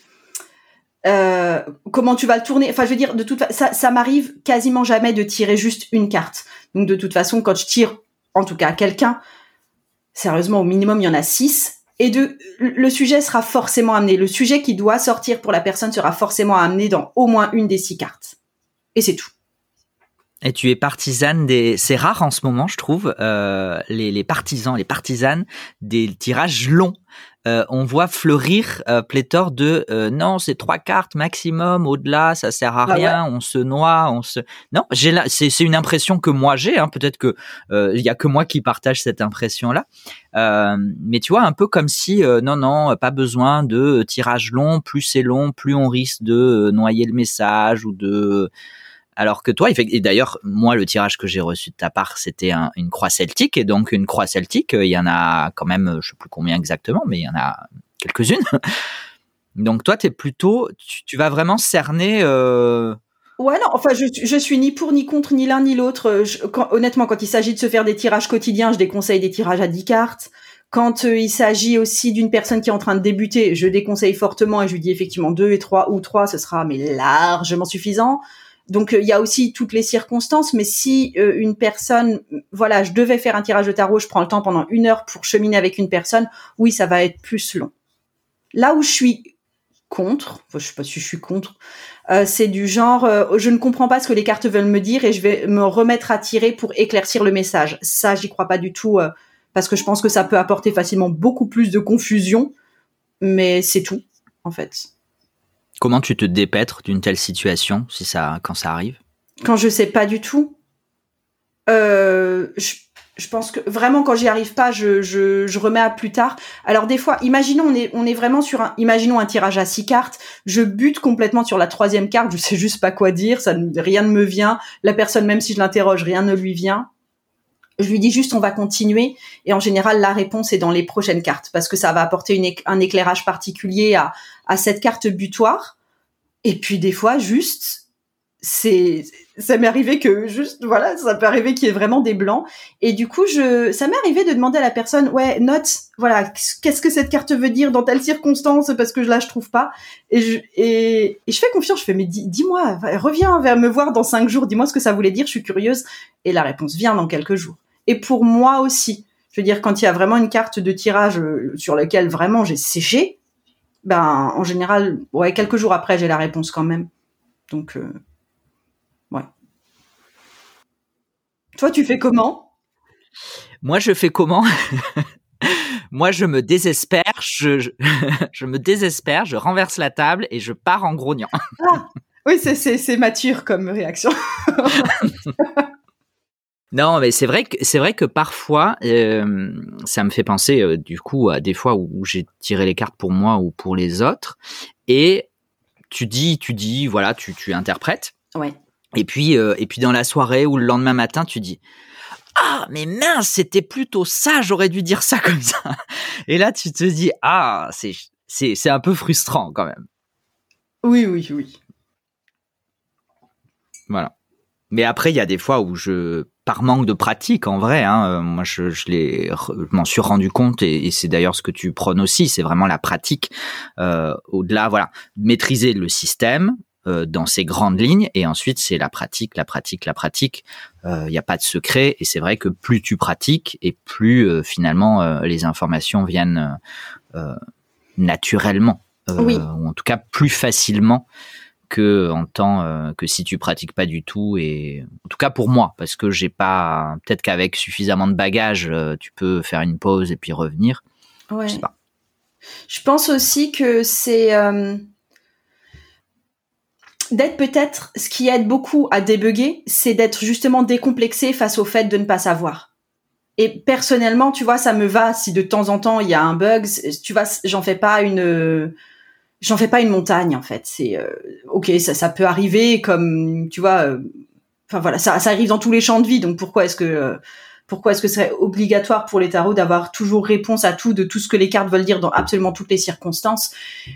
comment tu vas le tourner. Enfin, je veux dire, de toute façon, ça m'arrive quasiment jamais de tirer juste une carte. Donc, de toute façon, quand je tire, en tout cas, à quelqu'un, sérieusement, au minimum, il y en a 6. Et le sujet sera forcément amené. Le sujet qui doit sortir pour la personne sera forcément amené dans au moins une des 6 cartes. Et c'est tout. Et tu es partisane c'est rare en ce moment, je trouve, les partisans, les partisanes des tirages longs. On voit fleurir pléthore de non, c'est 3 cartes maximum, au-delà ça sert à rien, ouais. On se noie, non, c'est une impression que moi j'ai, hein, peut-être que il y a que moi qui partage cette impression là, mais tu vois, un peu comme si non, pas besoin de tirage long, plus c'est long, plus on risque de noyer le message ou de. Alors que toi, et d'ailleurs, moi, le tirage que j'ai reçu de ta part, c'était une croix celtique. Et donc, une croix celtique, il y en a quand même, je sais plus combien exactement, mais il y en a quelques-unes. Donc, toi, t'es plutôt, tu vas vraiment cerner. Ouais, non, enfin, je suis ni pour, ni contre, ni l'un, ni l'autre. Honnêtement, quand il s'agit de se faire des tirages quotidiens, je déconseille des tirages à 10 cartes. Quand il s'agit aussi d'une personne qui est en train de débuter, je déconseille fortement et je lui dis effectivement 2 et 3 ou 3, ce sera mais largement suffisant. Donc il y a aussi toutes les circonstances, mais si une personne, voilà, je devais faire un tirage de tarot, je prends le temps pendant 1 heure pour cheminer avec une personne, oui, ça va être plus long. Là où je suis contre, enfin, je sais pas si je suis contre, c'est du genre, je ne comprends pas ce que les cartes veulent me dire et je vais me remettre à tirer pour éclaircir le message. Ça, j'y crois pas du tout, parce que je pense que ça peut apporter facilement beaucoup plus de confusion, mais c'est tout, en fait. Comment tu te dépêtres d'une telle situation quand ça arrive? Quand je sais pas du tout, je pense que vraiment quand j'y arrive pas, je remets à plus tard. Alors des fois, imaginons on est vraiment sur imaginons un tirage à 6 cartes, je bute complètement sur la 3e carte, je sais juste pas quoi dire, rien ne me vient. La personne, même si je l'interroge, rien ne lui vient. Je lui dis juste on va continuer et en général la réponse est dans les prochaines cartes parce que ça va apporter un éclairage particulier à cette carte butoir. Et puis des fois juste ça m'est arrivé que juste voilà, ça peut arriver qu'il y ait vraiment des blancs et du coup ça m'est arrivé de demander à la personne ouais, note, voilà, qu'est-ce que cette carte veut dire dans telle circonstance parce que là je trouve pas et je fais confiance, je fais mais dis-moi, reviens vers me voir dans 5 jours, dis-moi ce que ça voulait dire, je suis curieuse et la réponse vient dans quelques jours. Et pour moi aussi, je veux dire quand il y a vraiment une carte de tirage sur laquelle vraiment j'ai séché, ben en général ouais, quelques jours après j'ai la réponse quand même. Donc ouais. Toi, tu fais comment? Moi, je fais comment? Moi, je me désespère, je me désespère, je renverse la table et je pars en grognant. Ah, oui, c'est mature comme réaction. Non, mais c'est vrai que parfois, ça me fait penser du coup à des fois où j'ai tiré les cartes pour moi ou pour les autres, et tu dis, voilà, tu interprètes. Ouais. Et puis dans la soirée ou le lendemain matin, tu dis ah mais mince, c'était plutôt ça, j'aurais dû dire ça comme ça. Et là, tu te dis ah c'est un peu frustrant quand même. Oui. Voilà. Mais après, il y a des fois où par manque de pratique, en vrai, hein, moi, je m'en suis rendu compte et c'est d'ailleurs ce que tu prônes aussi, c'est vraiment la pratique. Au-delà, voilà, maîtriser le système dans ses grandes lignes et ensuite c'est la pratique. Il n'y a pas de secret et c'est vrai que plus tu pratiques et plus finalement les informations viennent naturellement, oui. ou en tout cas plus facilement que si tu pratiques pas du tout. Et en tout cas pour moi, parce que j'ai pas, peut-être qu'avec suffisamment de bagages tu peux faire une pause et puis revenir. Ouais. Je sais pas. Je pense aussi que c'est d'être peut-être ce qui aide beaucoup à débugger, c'est d'être justement décomplexé face au fait de ne pas savoir. Et personnellement, tu vois, ça me va si de temps en temps il y a un bug, tu vois, j'en fais pas une montagne en fait. C'est ok, ça peut arriver comme tu vois. Enfin voilà, ça arrive dans tous les champs de vie. Donc pourquoi est-ce que ce serait obligatoire pour les tarots d'avoir toujours réponse à tout, de tout ce que les cartes veulent dire dans absolument toutes les circonstances?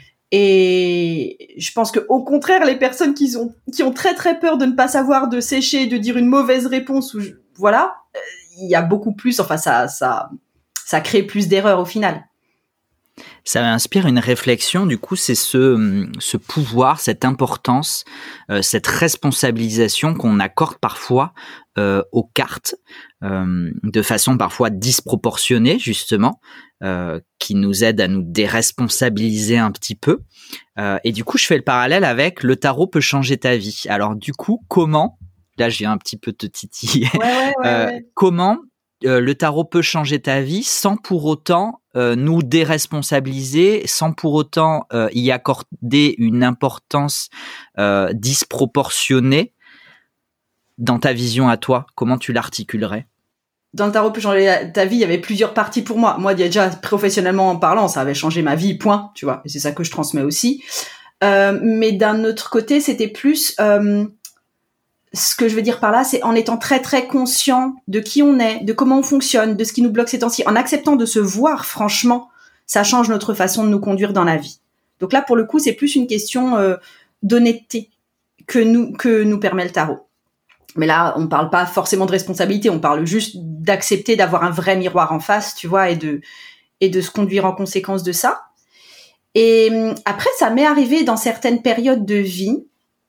Et je pense que au contraire, les personnes qui ont très très peur de ne pas savoir, de sécher, de dire une mauvaise réponse, voilà, il y a beaucoup plus. Enfin, ça crée plus d'erreurs au final. Ça m'inspire une réflexion, du coup, c'est ce pouvoir, cette importance, cette responsabilisation qu'on accorde parfois aux cartes, de façon parfois disproportionnée, justement, qui nous aide à nous déresponsabiliser un petit peu. Et du coup, je fais le parallèle avec le tarot peut changer ta vie. Alors du coup, comment, là je viens un petit peu te titiller, Ouais. comment le tarot peut changer ta vie sans pour autant nous déresponsabiliser, sans pour autant y accorder une importance disproportionnée dans ta vision à toi. Comment tu l'articulerais? Dans le tarot peut changer ta vie, il y avait plusieurs parties pour moi. Moi, déjà, professionnellement en parlant, ça avait changé ma vie, point, tu vois. Et c'est ça que je transmets aussi. Mais d'un autre côté, c'était plus... ce que je veux dire par là, c'est en étant très très conscient de qui on est, de comment on fonctionne, de ce qui nous bloque ces temps-ci, en acceptant de se voir franchement, ça change notre façon de nous conduire dans la vie. Donc là, pour le coup, c'est plus une question d'honnêteté que nous permet le tarot. Mais là, on parle pas forcément de responsabilité, on parle juste d'accepter d'avoir un vrai miroir en face, tu vois, et de se conduire en conséquence de ça. Et après, ça m'est arrivé dans certaines périodes de vie.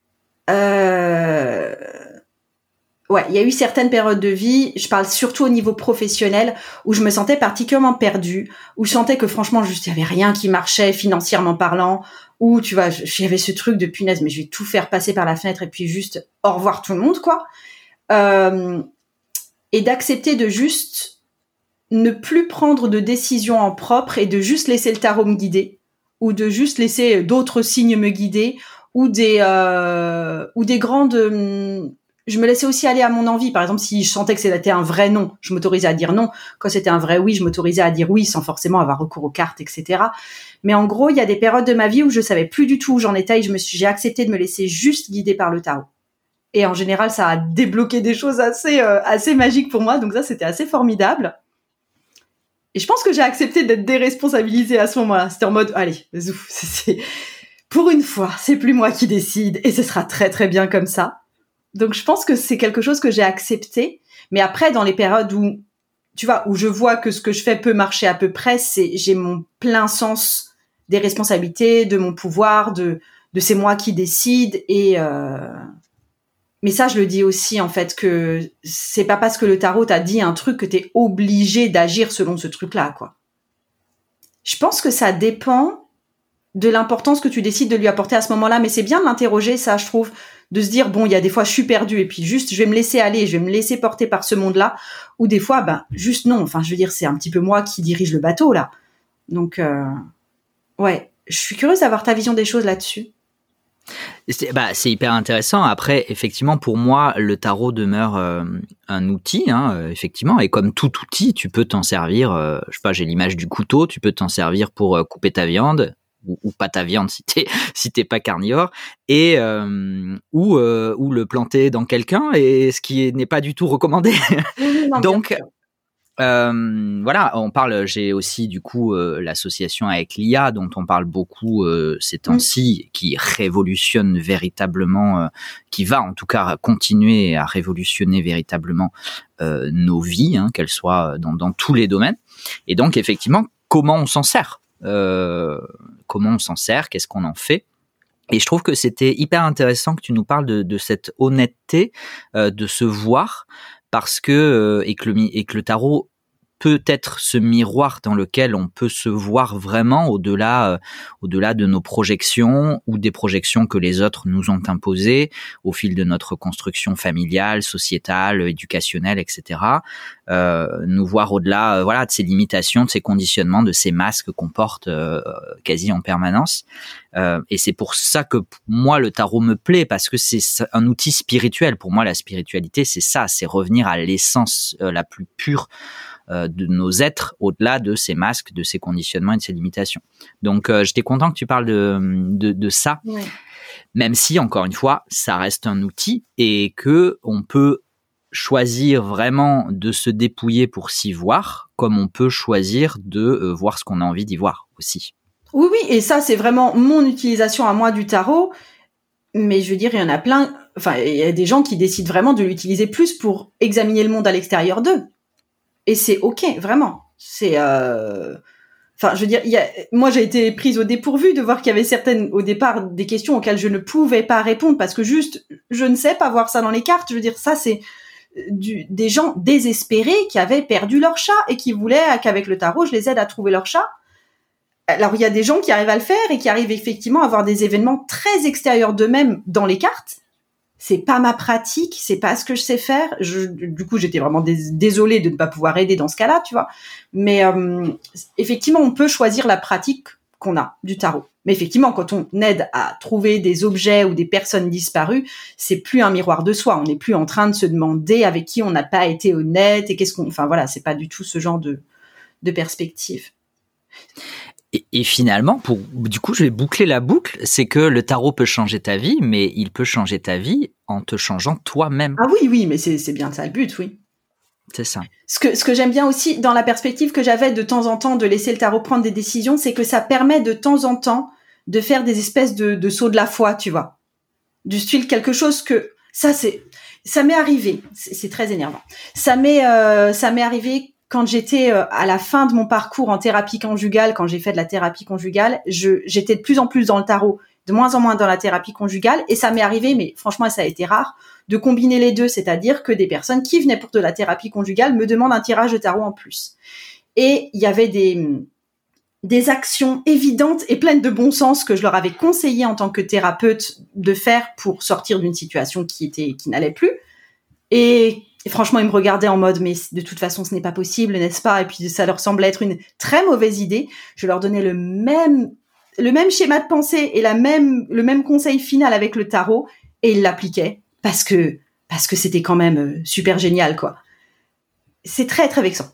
Ouais, il y a eu certaines périodes de vie, je parle surtout au niveau professionnel, où je me sentais particulièrement perdue, où je sentais que franchement, juste, il y avait rien qui marchait financièrement parlant, où, tu vois, j'avais ce truc de punaise, mais je vais tout faire passer par la fenêtre et puis juste au revoir tout le monde, quoi. Et d'accepter de juste ne plus prendre de décision en propre et de juste laisser le tarot me guider, ou de juste laisser d'autres signes me guider, ou des grandes... je me laissais aussi aller à mon envie. Par exemple, si je sentais que c'était un vrai non, je m'autorisais à dire non. Quand c'était un vrai oui, je m'autorisais à dire oui sans forcément avoir recours aux cartes, etc. Mais en gros, il y a des périodes de ma vie où je savais plus du tout où j'en étais et j'ai accepté de me laisser juste guider par le tarot. Et en général, ça a débloqué des choses assez magiques pour moi. Donc ça, c'était assez formidable. Et je pense que j'ai accepté d'être déresponsabilisée à ce moment-là. C'était en mode, allez, zouf, pour une fois, c'est plus moi qui décide et ce sera très très bien comme ça. Donc je pense que c'est quelque chose que j'ai accepté. Mais après, dans les périodes où, tu vois, où je vois que ce que je fais peut marcher à peu près, j'ai mon plein sens des responsabilités, de mon pouvoir, de c'est moi qui décide. Mais ça, je le dis aussi, en fait, que c'est pas parce que le tarot t'a dit un truc que t'es obligé d'agir selon ce truc-là, quoi. Je pense que ça dépend de l'importance que tu décides de lui apporter à ce moment-là, mais c'est bien de l'interroger, ça, je trouve, de se dire, bon, il y a des fois, je suis perdue, et puis juste, je vais me laisser aller, je vais me laisser porter par ce monde-là, ou des fois, ben, juste non, enfin, je veux dire, c'est un petit peu moi qui dirige le bateau, là. Donc, ouais, je suis curieuse d'avoir ta vision des choses là-dessus. C'est hyper intéressant. Après, effectivement, pour moi, le tarot demeure un outil, hein, effectivement. Et comme tout outil, tu peux t'en servir. Je sais pas, j'ai l'image du couteau. Tu peux t'en servir pour couper ta viande ou pas ta viande si t'es pas carnivore, et ou le planter dans quelqu'un, et ce qui n'est pas du tout recommandé. Non, Donc voilà, on parle. J'ai aussi du coup l'association avec l'IA dont on parle beaucoup ces temps-ci, qui révolutionne véritablement, qui va en tout cas continuer à révolutionner véritablement nos vies, hein, qu'elles soient dans tous les domaines. Et donc effectivement, comment on s'en sert, qu'est-ce qu'on en fait. Et je trouve que c'était hyper intéressant que tu nous parles de cette honnêteté, de se voir, parce que et que le tarot peut être ce miroir dans lequel on peut se voir vraiment au-delà de nos projections ou des projections que les autres nous ont imposées au fil de notre construction familiale, sociétale, éducationnelle, etc. Nous voir au-delà, de ces limitations, de ces conditionnements, de ces masques qu'on porte quasi en permanence. Et c'est pour ça que moi le tarot me plaît, parce que c'est un outil spirituel. Pour moi, la spiritualité, c'est ça, c'est revenir à l'essence la plus pure de nos êtres, au-delà de ces masques, de ces conditionnements et de ces limitations. Donc, j'étais content que tu parles de ça, ouais. Même si, encore une fois, ça reste un outil et que on peut choisir vraiment de se dépouiller pour s'y voir, comme on peut choisir de voir ce qu'on a envie d'y voir aussi. Oui, et ça, c'est vraiment mon utilisation à moi du tarot. Mais je veux dire, il y en a plein, il y a des gens qui décident vraiment de l'utiliser plus pour examiner le monde à l'extérieur d'eux. Et c'est ok, vraiment. C'est, je veux dire, moi j'ai été prise au dépourvu de voir qu'il y avait au départ, des questions auxquelles je ne pouvais pas répondre parce que juste, je ne sais pas voir ça dans les cartes. Je veux dire, ça c'est des gens désespérés qui avaient perdu leur chat et qui voulaient qu'avec le tarot, je les aide à trouver leur chat. Alors il y a des gens qui arrivent à le faire et qui arrivent effectivement à avoir des événements très extérieurs d'eux-mêmes dans les cartes. C'est pas ma pratique, c'est pas ce que je sais faire. Du coup, j'étais vraiment désolée de ne pas pouvoir aider dans ce cas-là, tu vois. Mais effectivement, on peut choisir la pratique qu'on a du tarot. Mais effectivement, quand on aide à trouver des objets ou des personnes disparues, c'est plus un miroir de soi. On n'est plus en train de se demander avec qui on n'a pas été honnête et c'est pas du tout ce genre de perspective. Et finalement, du coup, je vais boucler la boucle, c'est que le tarot peut changer ta vie, mais il peut changer ta vie en te changeant toi-même. Ah oui, mais c'est bien ça le but, oui. C'est ça. Ce que j'aime bien aussi dans la perspective que j'avais de temps en temps de laisser le tarot prendre des décisions, c'est que ça permet de temps en temps de faire des espèces de sauts de la foi, tu vois. Du style quelque chose que ça m'est arrivé, c'est très énervant. Ça m'est arrivé quand j'étais à la fin de mon parcours en thérapie conjugale, quand j'ai fait de la thérapie conjugale, j'étais de plus en plus dans le tarot, de moins en moins dans la thérapie conjugale, et ça m'est arrivé, mais franchement ça a été rare, de combiner les deux, c'est-à-dire que des personnes qui venaient pour de la thérapie conjugale me demandent un tirage de tarot en plus. Et il y avait des actions évidentes et pleines de bon sens que je leur avais conseillé en tant que thérapeute de faire pour sortir d'une situation qui n'allait plus. Et franchement, ils me regardaient en mode, mais de toute façon, ce n'est pas possible, n'est-ce pas? Et puis, ça leur semblait être une très mauvaise idée. Je leur donnais le même schéma de pensée et le même conseil final avec le tarot, et ils l'appliquaient parce que c'était quand même super génial, quoi. C'est très, très vexant.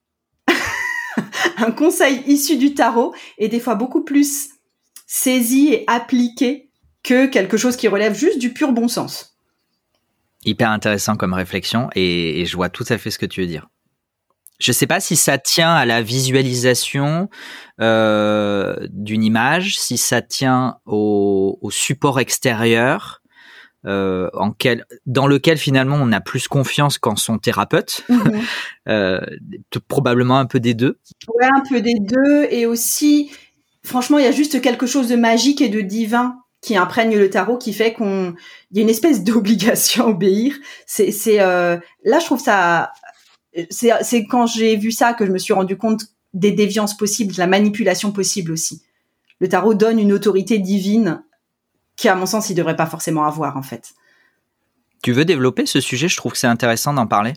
Un conseil issu du tarot est des fois beaucoup plus saisi et appliqué que quelque chose qui relève juste du pur bon sens. Hyper intéressant comme réflexion et je vois tout à fait ce que tu veux dire. Je sais pas si ça tient à la visualisation d'une image, si ça tient au support extérieur dans lequel finalement on a plus confiance qu'en son thérapeute. Probablement un peu des deux. Ouais, un peu des deux, et aussi, franchement, il y a juste quelque chose de magique et de divin qui imprègne le tarot, qui fait qu'il y a une espèce d'obligation à obéir. Là, je trouve ça, c'est quand j'ai vu ça que je me suis rendu compte des déviances possibles, de la manipulation possible aussi. Le tarot donne une autorité divine qui, à mon sens, il devrait pas forcément avoir, en fait. Tu veux développer ce sujet? Je trouve que c'est intéressant d'en parler.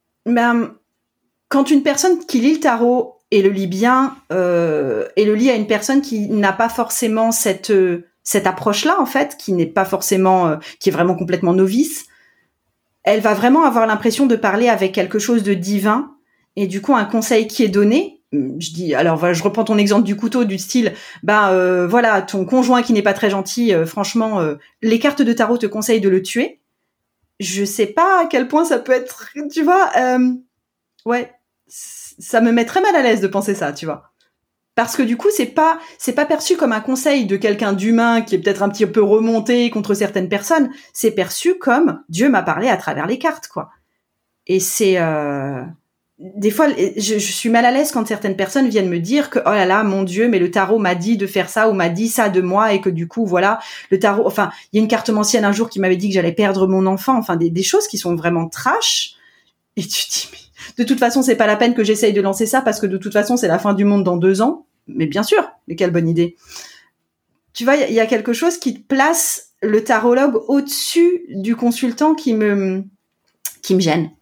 Quand une personne qui lit le tarot et le lit bien, et le lit à une personne qui n'a pas forcément cette approche-là, en fait, qui n'est pas forcément, qui est vraiment complètement novice, elle va vraiment avoir l'impression de parler avec quelque chose de divin, et du coup, un conseil qui est donné, je reprends ton exemple du couteau, du style, voilà, ton conjoint qui n'est pas très gentil, franchement, les cartes de tarot te conseillent de le tuer. Je sais pas à quel point ça peut être, tu vois, ouais, ça me met très mal à l'aise de penser ça, tu vois. Parce que du coup, c'est pas perçu comme un conseil de quelqu'un d'humain qui est peut-être un petit peu remonté contre certaines personnes. C'est perçu comme Dieu m'a parlé à travers les cartes, quoi. Et c'est des fois, je suis mal à l'aise quand certaines personnes viennent me dire que oh là là, mon Dieu, mais le tarot m'a dit de faire ça ou m'a dit ça de moi et que du coup, voilà, le tarot. Enfin, il y a une cartomancienne un jour qui m'avait dit que j'allais perdre mon enfant. Enfin, des choses qui sont vraiment trash. Et tu te dis, mais De toute façon, c'est pas la peine que j'essaye de lancer ça parce que de toute façon, c'est la fin du monde dans 2 ans. Mais bien sûr, mais quelle bonne idée. Tu vois, il y a quelque chose qui place le tarologue au-dessus du consultant qui me gêne.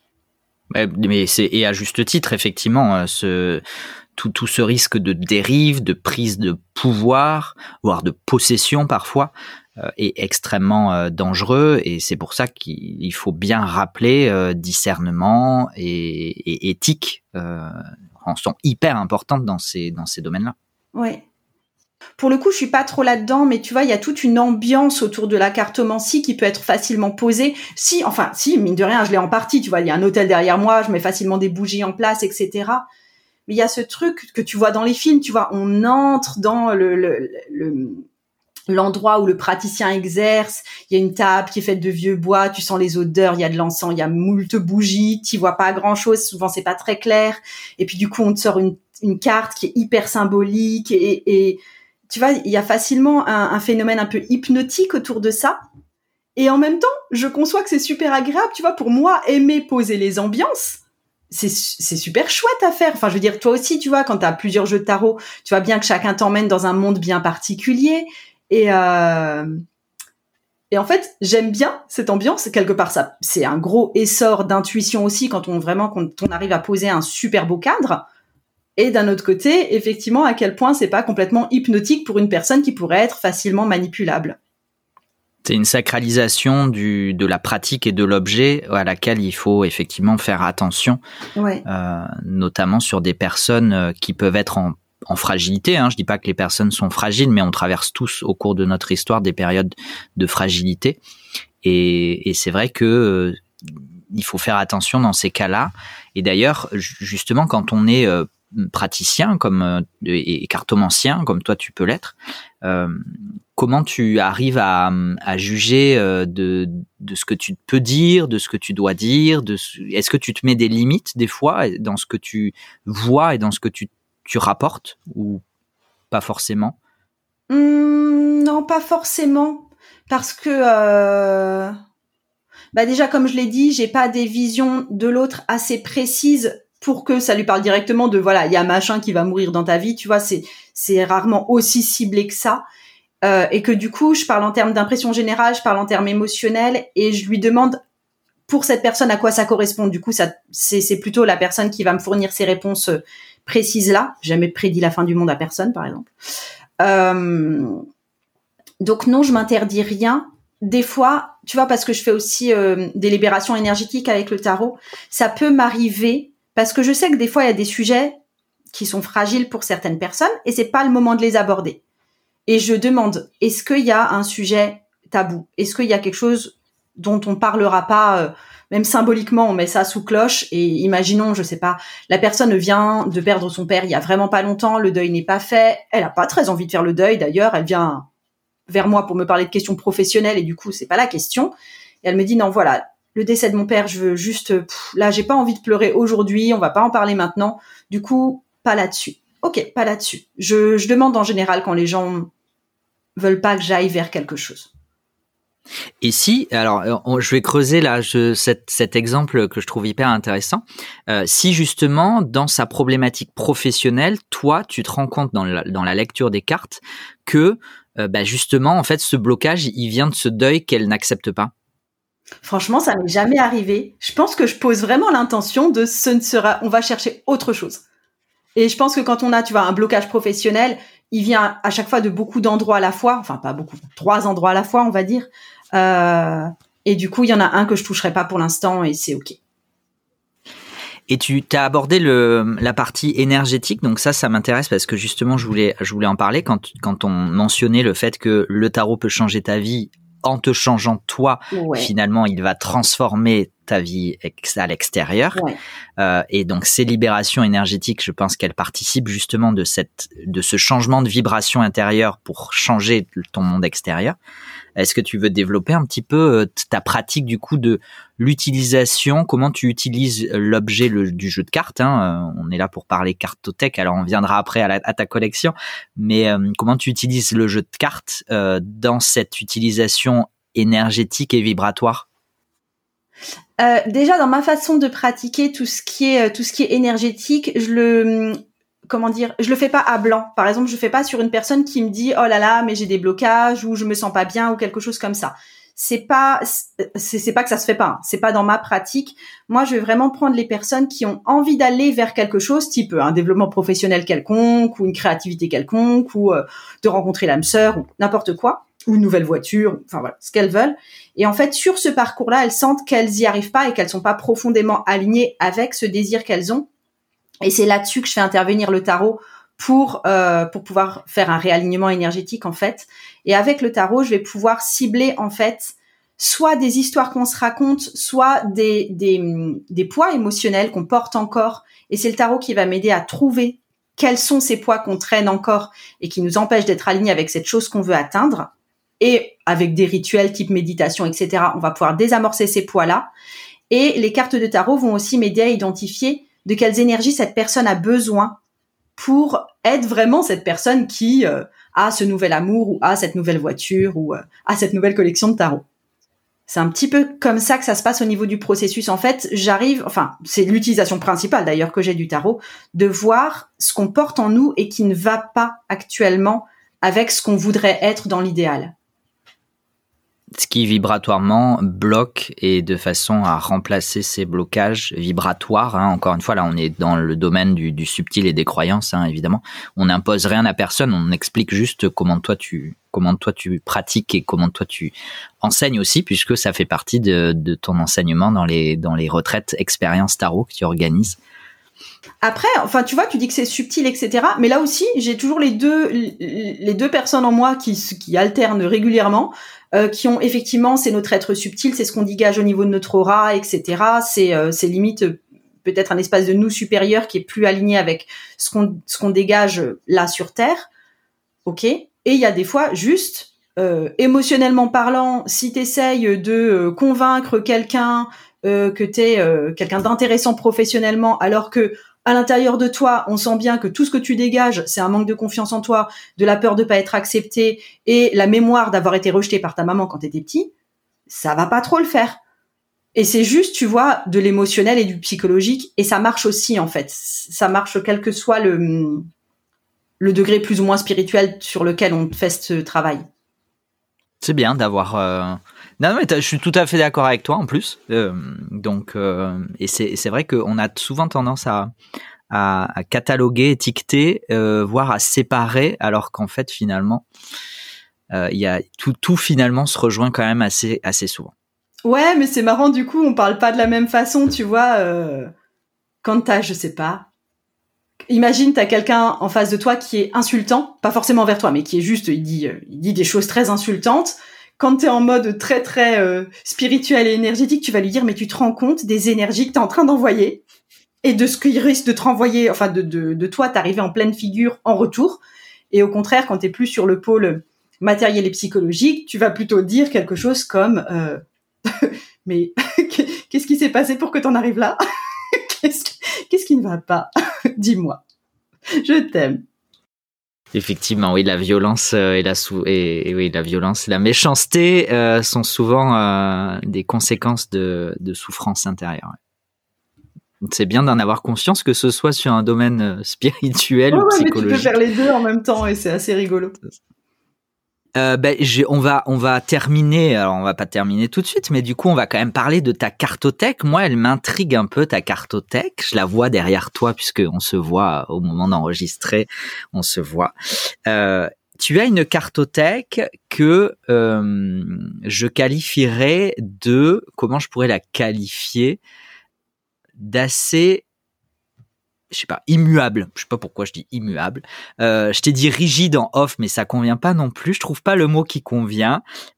Mais et à juste titre, effectivement, tout ce risque de dérive, de prise de pouvoir, voire de possession parfois, est extrêmement dangereux, et c'est pour ça qu'il faut bien rappeler discernement et éthique sont hyper importantes dans ces domaines-là. Ouais. Pour le coup, je suis pas trop là-dedans, mais tu vois, il y a toute une ambiance autour de la cartomancie qui peut être facilement posée. Si, mine de rien, je l'ai en partie, tu vois, il y a un hôtel derrière moi, je mets facilement des bougies en place, etc. Mais il y a ce truc que tu vois dans les films, tu vois, on entre dans l'endroit où le praticien exerce, il y a une table qui est faite de vieux bois, tu sens les odeurs, il y a de l'encens, il y a moult bougies, tu vois pas grand-chose, souvent c'est pas très clair, et puis du coup on te sort une carte qui est hyper symbolique, et tu vois, il y a facilement un phénomène un peu hypnotique autour de ça, et en même temps, je conçois que c'est super agréable, tu vois, pour moi, aimer poser les ambiances, c'est super chouette à faire. Enfin, je veux dire, toi aussi, tu vois, quand t'as plusieurs jeux de tarot, tu vois bien que chacun t'emmène dans un monde bien particulier. Et en fait, j'aime bien cette ambiance. Quelque part, ça, c'est un gros essor d'intuition aussi quand on arrive à poser un super beau cadre. Et d'un autre côté, effectivement, à quel point c'est pas complètement hypnotique pour une personne qui pourrait être facilement manipulable. C'est une sacralisation de la pratique et de l'objet à laquelle il faut effectivement faire attention, ouais. Notamment sur des personnes qui peuvent être en fragilité. Je dis pas que les personnes sont fragiles, mais on traverse tous au cours de notre histoire des périodes de fragilité. Et c'est vrai que il faut faire attention dans ces cas-là. Et d'ailleurs, justement, quand on est praticien et cartomancien, comme toi tu peux l'être, comment tu arrives à juger de ce que tu peux dire, de ce que tu dois dire, est-ce que tu te mets des limites des fois dans ce que tu vois et dans ce que tu rapportes, ou pas forcément? Non, pas forcément, parce que déjà, comme je l'ai dit, j'ai pas des visions de l'autre assez précises pour que ça lui parle directement de voilà, il y a machin qui va mourir dans ta vie, tu vois, c'est rarement aussi ciblé que ça. Et que du coup, je parle en termes d'impression générale, je parle en termes émotionnels, et je lui demande pour cette personne à quoi ça correspond. Du coup, c'est plutôt la personne qui va me fournir ces réponses précises là. J'ai jamais prédit la fin du monde à personne, par exemple. Donc non, je m'interdis rien. Des fois, tu vois, parce que je fais aussi des libérations énergétiques avec le tarot, ça peut m'arriver, parce que je sais que des fois, il y a des sujets qui sont fragiles pour certaines personnes, et c'est pas le moment de les aborder. Et je demande, est-ce qu'il y a un sujet tabou? Est-ce qu'il y a quelque chose dont on parlera pas, même symboliquement, on met ça sous cloche, et imaginons, je sais pas, la personne vient de perdre son père il y a vraiment pas longtemps, le deuil n'est pas fait, elle a pas très envie de faire le deuil d'ailleurs, elle vient vers moi pour me parler de questions professionnelles, et du coup, c'est pas la question. Et elle me dit, non, voilà, le décès de mon père, je veux juste, là, j'ai pas envie de pleurer aujourd'hui, on va pas en parler maintenant, du coup, pas là-dessus. Ok, pas là-dessus. Je demande en général quand les gens veulent pas que j'aille vers quelque chose. Et si, alors je vais creuser là cet exemple que je trouve hyper intéressant. Si justement dans sa problématique professionnelle, toi tu te rends compte dans la lecture des cartes que justement en fait ce blocage il vient de ce deuil qu'elle n'accepte pas. Franchement, ça m'est jamais arrivé. Je pense que je pose vraiment l'intention de on va chercher autre chose. Et je pense que quand on a, tu vois, un blocage professionnel, il vient à chaque fois de beaucoup d'endroits à la fois. Enfin, pas beaucoup, 3 endroits à la fois, on va dire. Et du coup, il y en a un que je toucherai pas pour l'instant, et c'est ok. Et tu t'as abordé la partie énergétique, donc ça m'intéresse parce que justement, je voulais en parler quand on mentionnait le fait que le tarot peut changer ta vie en te changeant toi. Ouais. Finalement, il va transformer ta vie à l'extérieur. Ouais. Et donc, ces libérations énergétiques, je pense qu'elles participent justement de ce changement de vibration intérieure pour changer ton monde extérieur. Est-ce que tu veux développer un petit peu ta pratique du coup de l'utilisation, comment tu utilises l'objet du jeu de cartes, on est là pour parler cartothèque, alors on viendra après à ta collection, mais comment tu utilises le jeu de cartes dans cette utilisation énergétique et vibratoire? Déjà dans ma façon de pratiquer tout ce qui est énergétique, je le fais pas à blanc. Par exemple, je fais pas sur une personne qui me dit oh là là mais j'ai des blocages ou je me sens pas bien ou quelque chose comme ça. C'est pas que ça se fait pas, hein. C'est pas dans ma pratique. Moi, je vais vraiment prendre les personnes qui ont envie d'aller vers quelque chose, type un développement professionnel quelconque ou une créativité quelconque ou de rencontrer l'âme sœur ou n'importe quoi, ou une nouvelle voiture, enfin voilà, ce qu'elles veulent. Et en fait, sur ce parcours-là, elles sentent qu'elles y arrivent pas et qu'elles sont pas profondément alignées avec ce désir qu'elles ont. Et c'est là-dessus que je fais intervenir le tarot pour pouvoir faire un réalignement énergétique en fait. Et avec le tarot, je vais pouvoir cibler en fait soit des histoires qu'on se raconte, soit des poids émotionnels qu'on porte encore. Et c'est le tarot qui va m'aider à trouver quels sont ces poids qu'on traîne encore et qui nous empêchent d'être alignés avec cette chose qu'on veut atteindre. Et avec des rituels type méditation, etc., on va pouvoir désamorcer ces poids-là. Et les cartes de tarot vont aussi m'aider à identifier de quelles énergies cette personne a besoin pour être vraiment cette personne qui a ce nouvel amour ou a cette nouvelle voiture ou a cette nouvelle collection de tarot. C'est un petit peu comme ça que ça se passe au niveau du processus. En fait, c'est l'utilisation principale d'ailleurs que j'ai du tarot, de voir ce qu'on porte en nous et qui ne va pas actuellement avec ce qu'on voudrait être dans l'idéal. Ce qui vibratoirement bloque et de façon à remplacer ces blocages vibratoires. Hein. Encore une fois, là, on est dans le domaine du subtil et des croyances, hein, évidemment. On n'impose rien à personne, on explique juste comment toi tu pratiques et comment toi tu enseignes aussi, puisque ça fait partie de ton enseignement dans les retraites expériences tarot que tu organises. Après, enfin, tu vois, tu dis que c'est subtil, etc. Mais là aussi, j'ai toujours les deux personnes en moi qui alternent régulièrement, qui ont effectivement, c'est notre être subtil, c'est ce qu'on dégage au niveau de notre aura, etc. C'est limite peut-être un espace de nous supérieur qui est plus aligné avec ce qu'on dégage là sur Terre. Ok. Et il y a des fois juste émotionnellement parlant, si t'essayes de convaincre quelqu'un que t'es quelqu'un d'intéressant professionnellement, alors que à l'intérieur de toi, on sent bien que tout ce que tu dégages, c'est un manque de confiance en toi, de la peur de pas être accepté et la mémoire d'avoir été rejeté par ta maman quand t'étais petit, ça va pas trop le faire. Et c'est juste, tu vois, de l'émotionnel et du psychologique, et ça marche aussi en fait. Ça marche quel que soit le degré plus ou moins spirituel sur lequel on fait ce travail. C'est bien d'avoir... Non, mais je suis tout à fait d'accord avec toi en plus. Et c'est vrai qu'on a souvent tendance à cataloguer, étiqueter, voire à séparer, alors qu'en fait, finalement, il y a tout finalement se rejoint quand même assez souvent. Ouais, mais c'est marrant, du coup, on parle pas de la même façon, tu vois. Quand t'as, je sais pas... Imagine, t'as quelqu'un en face de toi qui est insultant, pas forcément envers toi, mais qui est juste, il dit des choses très insultantes. Quand t'es en mode très très spirituel et énergétique, tu vas lui dire mais tu te rends compte des énergies que t'es en train d'envoyer et de ce qu'il risque de te renvoyer, enfin de toi t'arriver en pleine figure en retour. Et au contraire, quand t'es plus sur le pôle matériel et psychologique, tu vas plutôt dire quelque chose comme mais qu'est-ce qui s'est passé pour que t'en arrives là? Qu'est-ce qui ne va pas? Dis-moi. Je t'aime. Effectivement, oui, la violence la violence et la méchanceté sont souvent des conséquences de souffrance intérieure. C'est bien d'en avoir conscience, que ce soit sur un domaine spirituel ou psychologique. Mais tu peux faire les deux en même temps et c'est assez rigolo. On va terminer. Alors, on va pas terminer tout de suite, mais du coup, on va quand même parler de ta cartothèque. Moi, elle m'intrigue un peu, ta cartothèque. Je la vois derrière toi, puisque on se voit au moment d'enregistrer. On se voit. Tu as une cartothèque que je qualifierais de... Comment je pourrais la qualifier? D'assez... je sais pas, immuable. Je sais pas pourquoi je dis immuable. Je t'ai dit rigide en off, mais ça convient pas non plus. Je trouve pas le mot qui convient.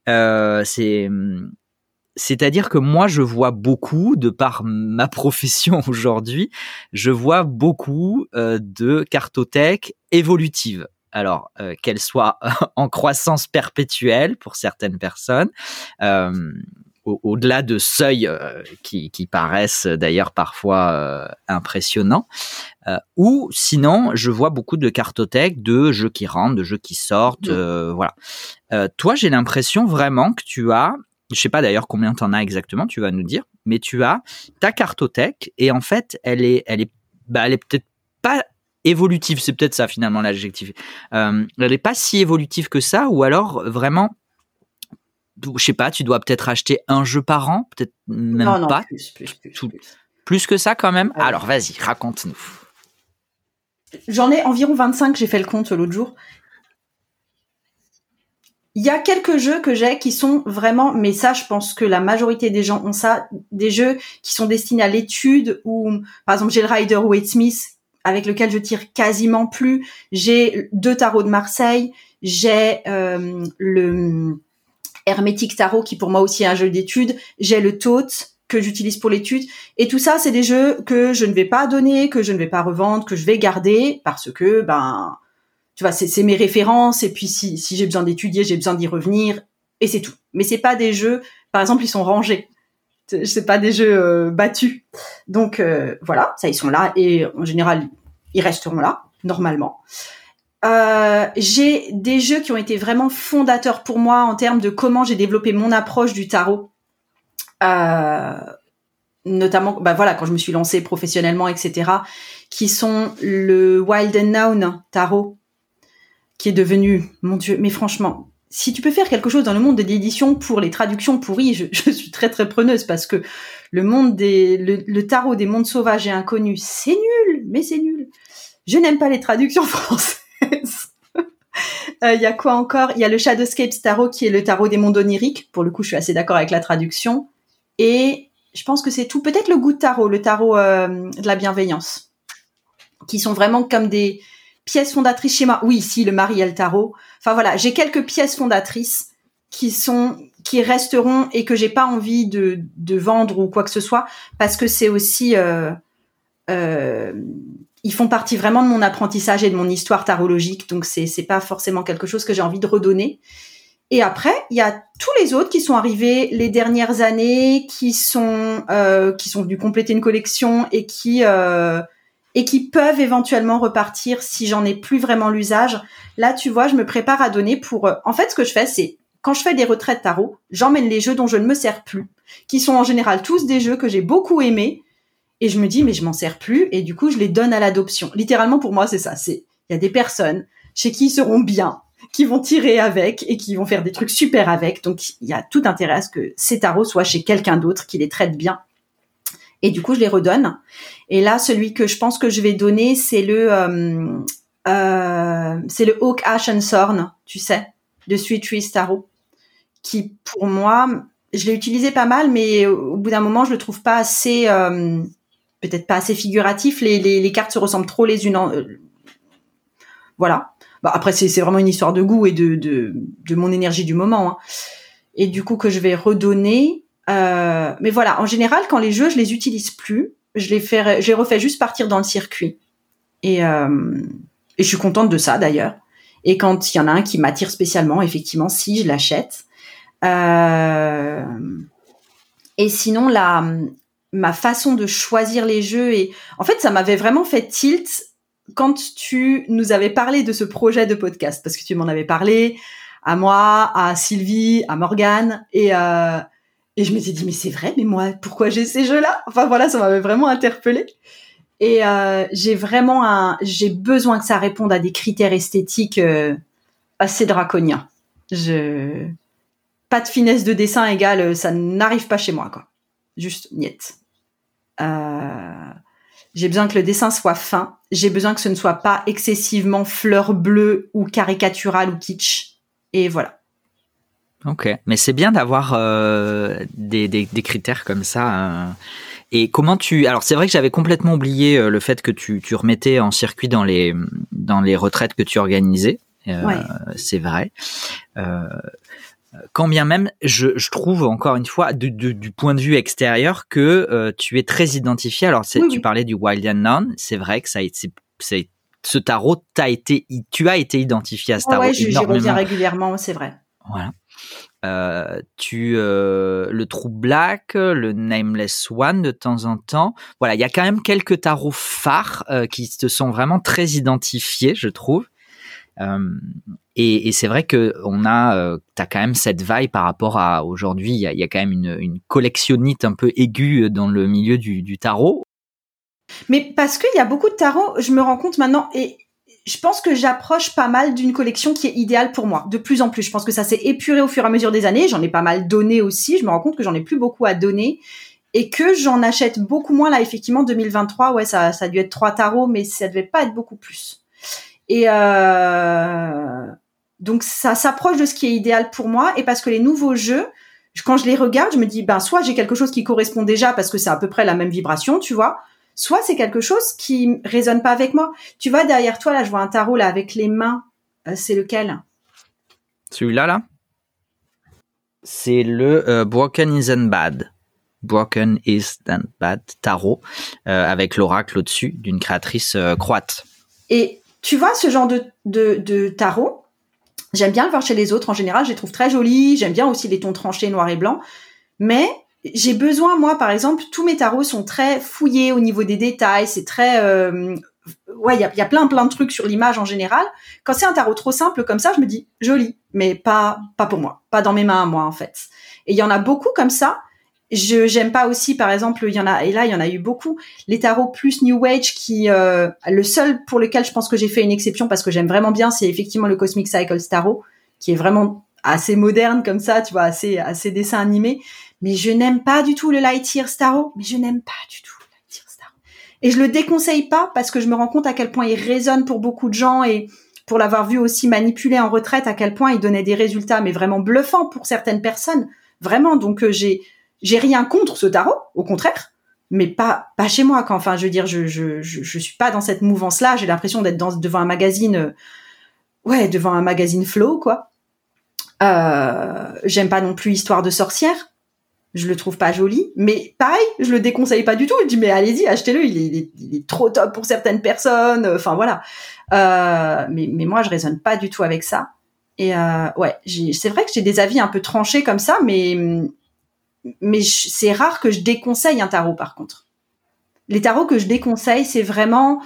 C'est-à-dire que moi, je vois beaucoup, de par ma profession aujourd'hui, je vois beaucoup de cartothèques évolutives. Alors, qu'elles soient en croissance perpétuelle pour certaines personnes, au-delà de seuils qui paraissent d'ailleurs parfois impressionnants, ou sinon je vois beaucoup de cartothèques de jeux qui rentrent, de jeux qui sortent, voilà. Toi, j'ai l'impression vraiment que tu as je sais pas d'ailleurs combien t'en as exactement, tu vas nous dire, mais tu as ta cartothèque et en fait, elle est peut-être pas évolutive, c'est peut-être ça finalement l'adjectif. Elle est pas si évolutive que ça, ou alors vraiment, je sais pas, tu dois peut-être acheter un jeu par an, peut-être même Non, pas. Plus que ça quand même. Ouais. Alors vas-y, raconte-nous. J'en ai environ 25, j'ai fait le compte l'autre jour. Il y a quelques jeux que j'ai qui sont vraiment, mais ça, je pense que la majorité des gens ont ça, des jeux qui sont destinés à l'étude, ou par exemple, j'ai le Rider-Waite-Smith avec lequel je tire quasiment plus. J'ai 2 tarots de Marseille. J'ai le Hermétique Tarot qui pour moi aussi est un jeu d'étude. J'ai le Thoth que j'utilise pour l'étude. Et tout ça, c'est des jeux que je ne vais pas donner, que je ne vais pas revendre, que je vais garder parce que, tu vois, c'est mes références. Et puis, si j'ai besoin d'étudier, j'ai besoin d'y revenir. Et c'est tout. Mais c'est pas des jeux, par exemple, ils sont rangés. C'est pas des jeux battus. Donc, voilà, ça, ils sont là. Et en général, ils resteront là, normalement. J'ai des jeux qui ont été vraiment fondateurs pour moi en termes de comment j'ai développé mon approche du tarot. Notamment, voilà, quand je me suis lancée professionnellement, etc., qui sont le Wild Unknown Tarot, qui est devenu, mon Dieu, mais franchement, si tu peux faire quelque chose dans le monde de l'édition pour les traductions pourries, je suis très très preneuse parce que le monde le tarot des mondes sauvages et inconnus, c'est nul, mais c'est nul. Je n'aime pas les traductions françaises. Il y a quoi encore? Il y a le Shadowscapes Tarot qui est le tarot des mondes oniriques. Pour le coup, je suis assez d'accord avec la traduction. Et je pense que c'est tout. Peut-être le Good Tarot, le tarot de la bienveillance, qui sont vraiment comme des pièces fondatrices chez moi. Oui, ici, le Mariel Tarot. Enfin voilà, j'ai quelques pièces fondatrices qui resteront et que j'ai pas envie de vendre ou quoi que ce soit, parce que c'est aussi ils font partie vraiment de mon apprentissage et de mon histoire tarologique, donc c'est pas forcément quelque chose que j'ai envie de redonner. Et après, il y a tous les autres qui sont arrivés les dernières années, qui sont venus compléter une collection et qui peuvent éventuellement repartir si j'en ai plus vraiment l'usage. Là, tu vois, je me prépare à donner pour... En fait, ce que je fais, c'est quand je fais des retraites tarot, j'emmène les jeux dont je ne me sers plus, qui sont en général tous des jeux que j'ai beaucoup aimés, et je me dis, mais je m'en sers plus, et du coup, je les donne à l'adoption. Littéralement, pour moi, c'est ça. Il y a des personnes chez qui ils seront bien, qui vont tirer avec, et qui vont faire des trucs super avec. Donc, il y a tout intérêt à ce que ces tarots soient chez quelqu'un d'autre, qui les traite bien. Et du coup, je les redonne. Et là, celui que je pense que je vais donner, c'est le Hawk Ash and Thorn, tu sais, de Sweet Trees Tarot, qui, pour moi, je l'ai utilisé pas mal, mais au bout d'un moment, je le trouve pas assez... peut-être pas assez figuratif, les cartes se ressemblent trop les unes voilà. Après c'est vraiment une histoire de goût et de mon énergie du moment, hein. Et du coup que je vais redonner, mais voilà, en général quand les jeux je les utilise plus, je les refais juste partir dans le circuit, et je suis contente de ça d'ailleurs. Et quand il y en a un qui m'attire spécialement, effectivement, si je l'achète. Et sinon ma façon de choisir les jeux, et en fait ça m'avait vraiment fait tilt quand tu nous avais parlé de ce projet de podcast, parce que tu m'en avais parlé à moi, à Sylvie, à Morgane, et je m'étais dit mais c'est vrai, mais moi pourquoi j'ai ces jeux-là? Enfin voilà, ça m'avait vraiment interpellée. Et j'ai besoin que ça réponde à des critères esthétiques assez draconiens. Pas de finesse de dessin égale ça n'arrive pas chez moi, quoi. Juste niet. J'ai besoin que le dessin soit fin. J'ai besoin que ce ne soit pas excessivement fleur bleue ou caricatural ou kitsch. Et voilà. Ok, mais c'est bien d'avoir des critères comme ça. Et comment alors c'est vrai que j'avais complètement oublié le fait que tu remettais en circuit dans les retraites que tu organisais. Ouais. C'est vrai. Quand bien même, je trouve encore une fois du point de vue extérieur que tu es très identifié. Alors oui. Tu parlais du Wild Unknown, c'est vrai que ce tarot tu as été identifié à ce tarot. Ouais, j'y reviens régulièrement, c'est vrai. Voilà. Le True Black, le Nameless One de temps en temps. Voilà, il y a quand même quelques tarots phares qui te sont vraiment très identifiés, je trouve. Et c'est vrai que t'as quand même cette vibe par rapport à aujourd'hui. Il y a quand même une collectionnite un peu aiguë dans le milieu du tarot. Mais parce qu'il y a beaucoup de tarots, je me rends compte maintenant, et je pense que j'approche pas mal d'une collection qui est idéale pour moi, de plus en plus. Je pense que ça s'est épuré au fur et à mesure des années. J'en ai pas mal donné aussi. Je me rends compte que j'en ai plus beaucoup à donner et que j'en achète beaucoup moins là. Effectivement, 2023, ouais, ça a dû être 3 tarots, mais ça devait pas être beaucoup plus. Et donc ça s'approche de ce qui est idéal pour moi. Et parce que les nouveaux jeux, quand je les regarde, je me dis, ben soit j'ai quelque chose qui correspond déjà parce que c'est à peu près la même vibration, tu vois. Soit c'est quelque chose qui résonne pas avec moi. Tu vois, derrière toi, là, je vois un tarot là avec les mains. C'est lequel? Celui-là, là, c'est le Broken Isn't Bad. Broken Isn't Bad tarot, avec l'oracle au-dessus d'une créatrice croate. Et tu vois, ce genre de tarot, j'aime bien le voir chez les autres. En général, je les trouve très jolis. J'aime bien aussi les tons tranchés, noir et blanc. Mais j'ai besoin, moi, par exemple, tous mes tarots sont très fouillés au niveau des détails. C'est très... ouais, il y a plein de trucs sur l'image en général. Quand c'est un tarot trop simple comme ça, je me dis joli, mais pas pour moi. Pas dans mes mains, moi, en fait. Et il y en a beaucoup comme ça. J'aime pas aussi, par exemple, il y en a eu beaucoup, les tarots plus New Age qui, le seul pour lequel je pense que j'ai fait une exception parce que j'aime vraiment bien, c'est effectivement le Cosmic Cycles Tarot, qui est vraiment assez moderne comme ça, tu vois, assez dessin animé. Mais je n'aime pas du tout le Light Years Tarot. Mais je n'aime pas du tout le Light Years Tarot. Et je le déconseille pas parce que je me rends compte à quel point il résonne pour beaucoup de gens et pour l'avoir vu aussi manipulé en retraite, à quel point il donnait des résultats, mais vraiment bluffants pour certaines personnes. Vraiment. Donc, j'ai rien contre ce tarot, au contraire, mais pas chez moi. Quand, enfin, je veux dire, je suis pas dans cette mouvance-là. J'ai l'impression d'être devant un magazine, devant un magazine Flow, quoi. J'aime pas non plus Histoire de sorcière. Je le trouve pas joli, mais pareil, je le déconseille pas du tout. Je dis mais allez-y, achetez-le, il est trop top pour certaines personnes. Enfin voilà. Mais moi, je raisonne pas du tout avec ça. Et c'est vrai que j'ai des avis un peu tranchés comme ça, mais c'est rare que je déconseille un tarot, par contre. Les tarots que je déconseille, c'est vraiment,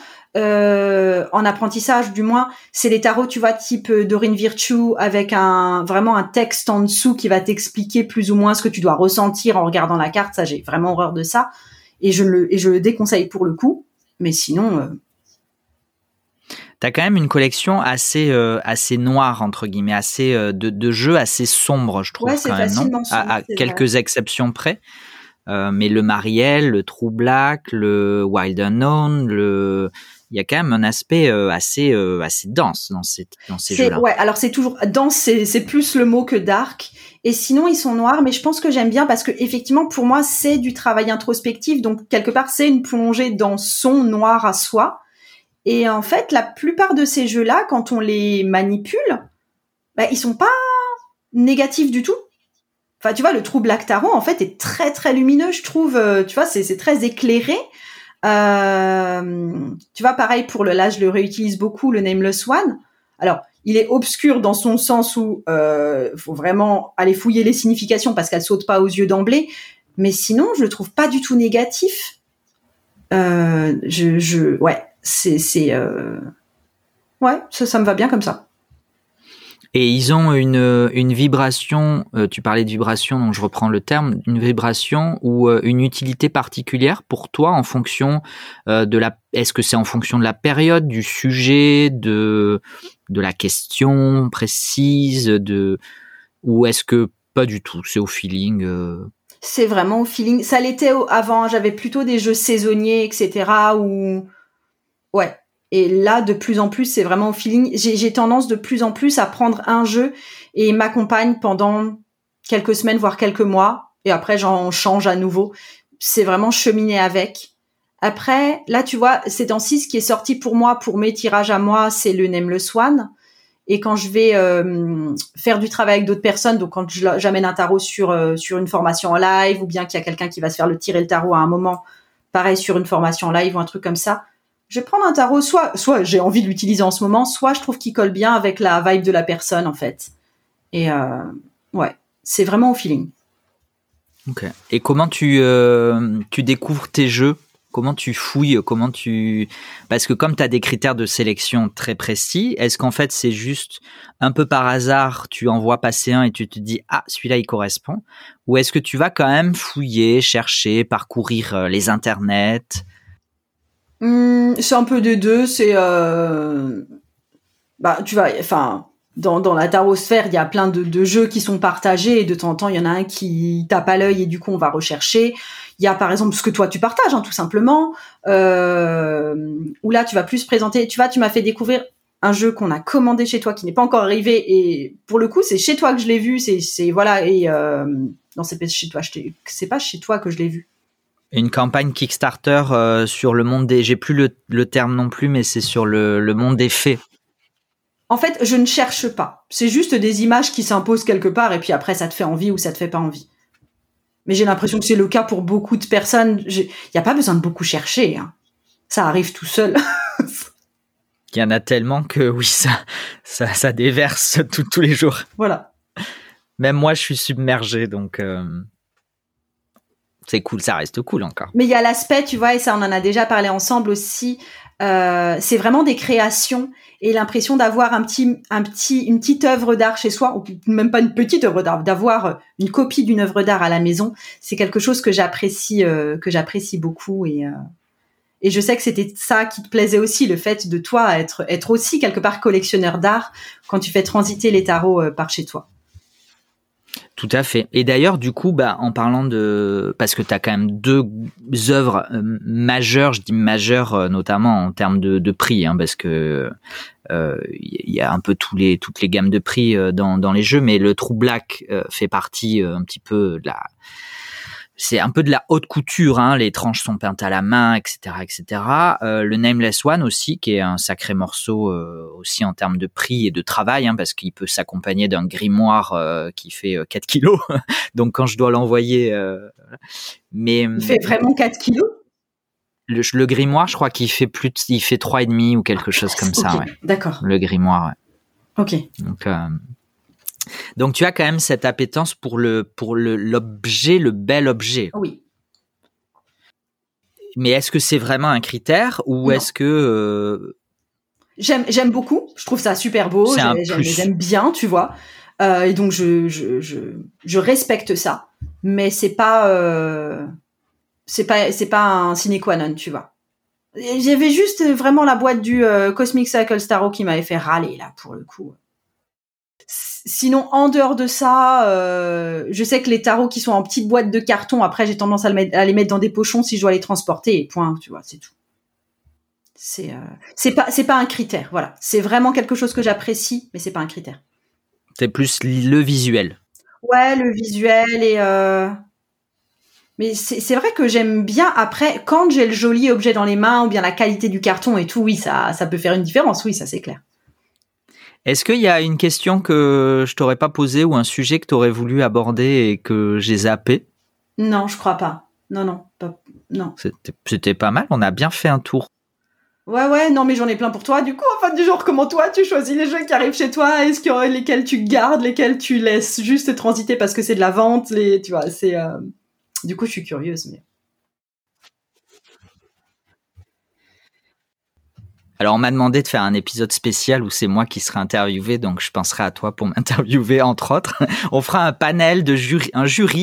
en apprentissage du moins, c'est les tarots, tu vois, type Doreen Virtue, avec vraiment un texte en dessous qui va t'expliquer plus ou moins ce que tu dois ressentir en regardant la carte. Ça, j'ai vraiment horreur de ça. Et je le déconseille pour le coup. Mais sinon... T'as quand même une collection assez noire, entre guillemets, assez de jeux assez sombres, je trouve, ouais, c'est quand même, non? À quelques exceptions près. Mais le Mariel, le True Black, le Wild Unknown, il y a quand même un aspect assez dense dans ces jeux-là. Ouais, alors c'est toujours dense, c'est plus le mot que dark. Et sinon, ils sont noirs, mais je pense que j'aime bien parce que effectivement, pour moi, c'est du travail introspectif. Donc quelque part, c'est une plongée dans son noir à soi. Et en fait, la plupart de ces jeux-là, quand on les manipule, ils sont pas négatifs du tout. Enfin, tu vois, le True Black Tarot, en fait, est très, très lumineux, je trouve. Tu vois, c'est très éclairé. Tu vois, pareil pour là, je le réutilise beaucoup, le Nameless One. Alors, il est obscur dans son sens où faut vraiment aller fouiller les significations parce qu'elles sautent pas aux yeux d'emblée. Mais sinon, je le trouve pas du tout négatif. Ouais, ouais, ça me va bien comme ça. Et ils ont une vibration, tu parlais de vibration, donc je reprends le terme, une vibration ou une utilité particulière pour toi en fonction est-ce que c'est en fonction de la période, du sujet, de la question précise, ou est-ce que pas du tout, c'est au feeling C'est vraiment au feeling. Ça l'était avant, j'avais plutôt des jeux saisonniers, etc. Ouais. Et là, de plus en plus, c'est vraiment au feeling. J'ai tendance de plus en plus à prendre un jeu et il m'accompagne pendant quelques semaines, voire quelques mois. Et après, j'en change à nouveau. C'est vraiment cheminer avec. Après, là, tu vois, ces temps-ci, ce qui est sorti pour moi, pour mes tirages à moi, c'est le Nameless One. Et quand je vais faire du travail avec d'autres personnes, donc quand j'amène un tarot sur une formation en live, ou bien qu'il y a quelqu'un qui va se faire tirer le tarot à un moment, pareil sur une formation en live ou un truc comme ça, je vais prendre un tarot, soit j'ai envie de l'utiliser en ce moment, soit je trouve qu'il colle bien avec la vibe de la personne, en fait. Et ouais, c'est vraiment au feeling. Ok. Et comment tu découvres tes jeux? Comment tu fouilles, parce que comme tu as des critères de sélection très précis, est-ce qu'en fait c'est juste un peu par hasard, tu en vois passer un et tu te dis ah, celui-là il correspond, ou est-ce que tu vas quand même fouiller, chercher, parcourir les internets? C'est un peu des deux, c'est tu vois, enfin, dans la tarosphère, il y a plein de jeux qui sont partagés et de temps en temps, il y en a un qui tape à l'œil et du coup, on va rechercher. Il y a par exemple ce que toi tu partages, tout simplement, où là, tu vas plus présenter. Tu vois, tu m'as fait découvrir un jeu qu'on a commandé chez toi qui n'est pas encore arrivé et pour le coup, c'est chez toi que je l'ai vu. C'est voilà et non, c'est pas chez toi. C'est pas chez toi que je l'ai vu. Une campagne Kickstarter sur le monde des. J'ai plus le terme non plus, mais c'est sur le monde des fées. En fait, je ne cherche pas. C'est juste des images qui s'imposent quelque part et puis après, ça te fait envie ou ça te fait pas envie. Mais j'ai l'impression que c'est le cas pour beaucoup de personnes. Il n'y a pas besoin de beaucoup chercher. Ça arrive tout seul. Il y en a tellement que oui, ça déverse tous les jours. Voilà. Même moi, je suis submergé, donc c'est cool, ça reste cool encore. Mais il y a l'aspect, tu vois, et ça on en a déjà parlé ensemble aussi, c'est vraiment des créations et l'impression d'avoir une petite œuvre d'art chez soi, ou même pas une petite œuvre d'art, d'avoir une copie d'une œuvre d'art à la maison, c'est quelque chose que j'apprécie beaucoup et je sais que c'était ça qui te plaisait aussi, le fait de toi être aussi quelque part collectionneur d'art quand tu fais transiter les tarots par chez toi. Tout à fait. Et d'ailleurs, du coup, en parlant parce que tu as quand même deux œuvres majeures, je dis majeures notamment en termes de prix, parce que il y a un peu toutes les gammes de prix dans les jeux, mais le True Black fait partie un petit peu de c'est un peu de la haute couture, les tranches sont peintes à la main, etc., etc. Le Nameless One aussi, qui est un sacré morceau aussi en termes de prix et de travail, parce qu'il peut s'accompagner d'un grimoire qui fait 4 kilos. Donc quand je dois l'envoyer, mais il fait vraiment 4 kilos. Le grimoire, je crois qu'il fait il fait 3,5 ou quelque chose comme ça. Ouais. D'accord. Le grimoire. Ouais. Ok. Donc tu as quand même cette appétence pour l'objet, le bel objet. Oui. Mais est-ce que c'est vraiment un critère ou non. Est-ce que j'aime beaucoup, je trouve ça super beau, j'aime bien, tu vois. Et donc je respecte ça, mais c'est pas un sine qua non, tu vois. J'avais juste vraiment la boîte du Cosmic Cycle Tarot qui m'avait fait râler là pour le coup. Sinon, en dehors de ça, je sais que les tarots qui sont en petites boîtes de carton, après j'ai tendance à les mettre dans des pochons si je dois les transporter et point, tu vois, c'est tout. C'est pas un critère, voilà. C'est vraiment quelque chose que j'apprécie, mais c'est pas un critère. C'est plus le visuel. Ouais, le visuel et mais c'est vrai que j'aime bien après quand j'ai le joli objet dans les mains ou bien la qualité du carton et tout, oui, ça peut faire une différence, oui, ça c'est clair. Est-ce qu'il y a une question que je t'aurais pas posée ou un sujet que tu aurais voulu aborder et que j'ai zappé? Non, je crois pas. Non. C'était pas mal, on a bien fait un tour. Ouais, non, mais j'en ai plein pour toi. Du coup, enfin, du genre, comment toi, tu choisis les jeux qui arrivent chez toi? Est-ce qu'il y aurait lesquels tu gardes, lesquels tu laisses juste transiter parce que c'est de la vente? Tu vois, c'est... Du coup, je suis curieuse, mais... Alors, on m'a demandé de faire un épisode spécial où c'est moi qui serai interviewé, donc je penserai à toi pour m'interviewer, entre autres. On fera un panel de un jury.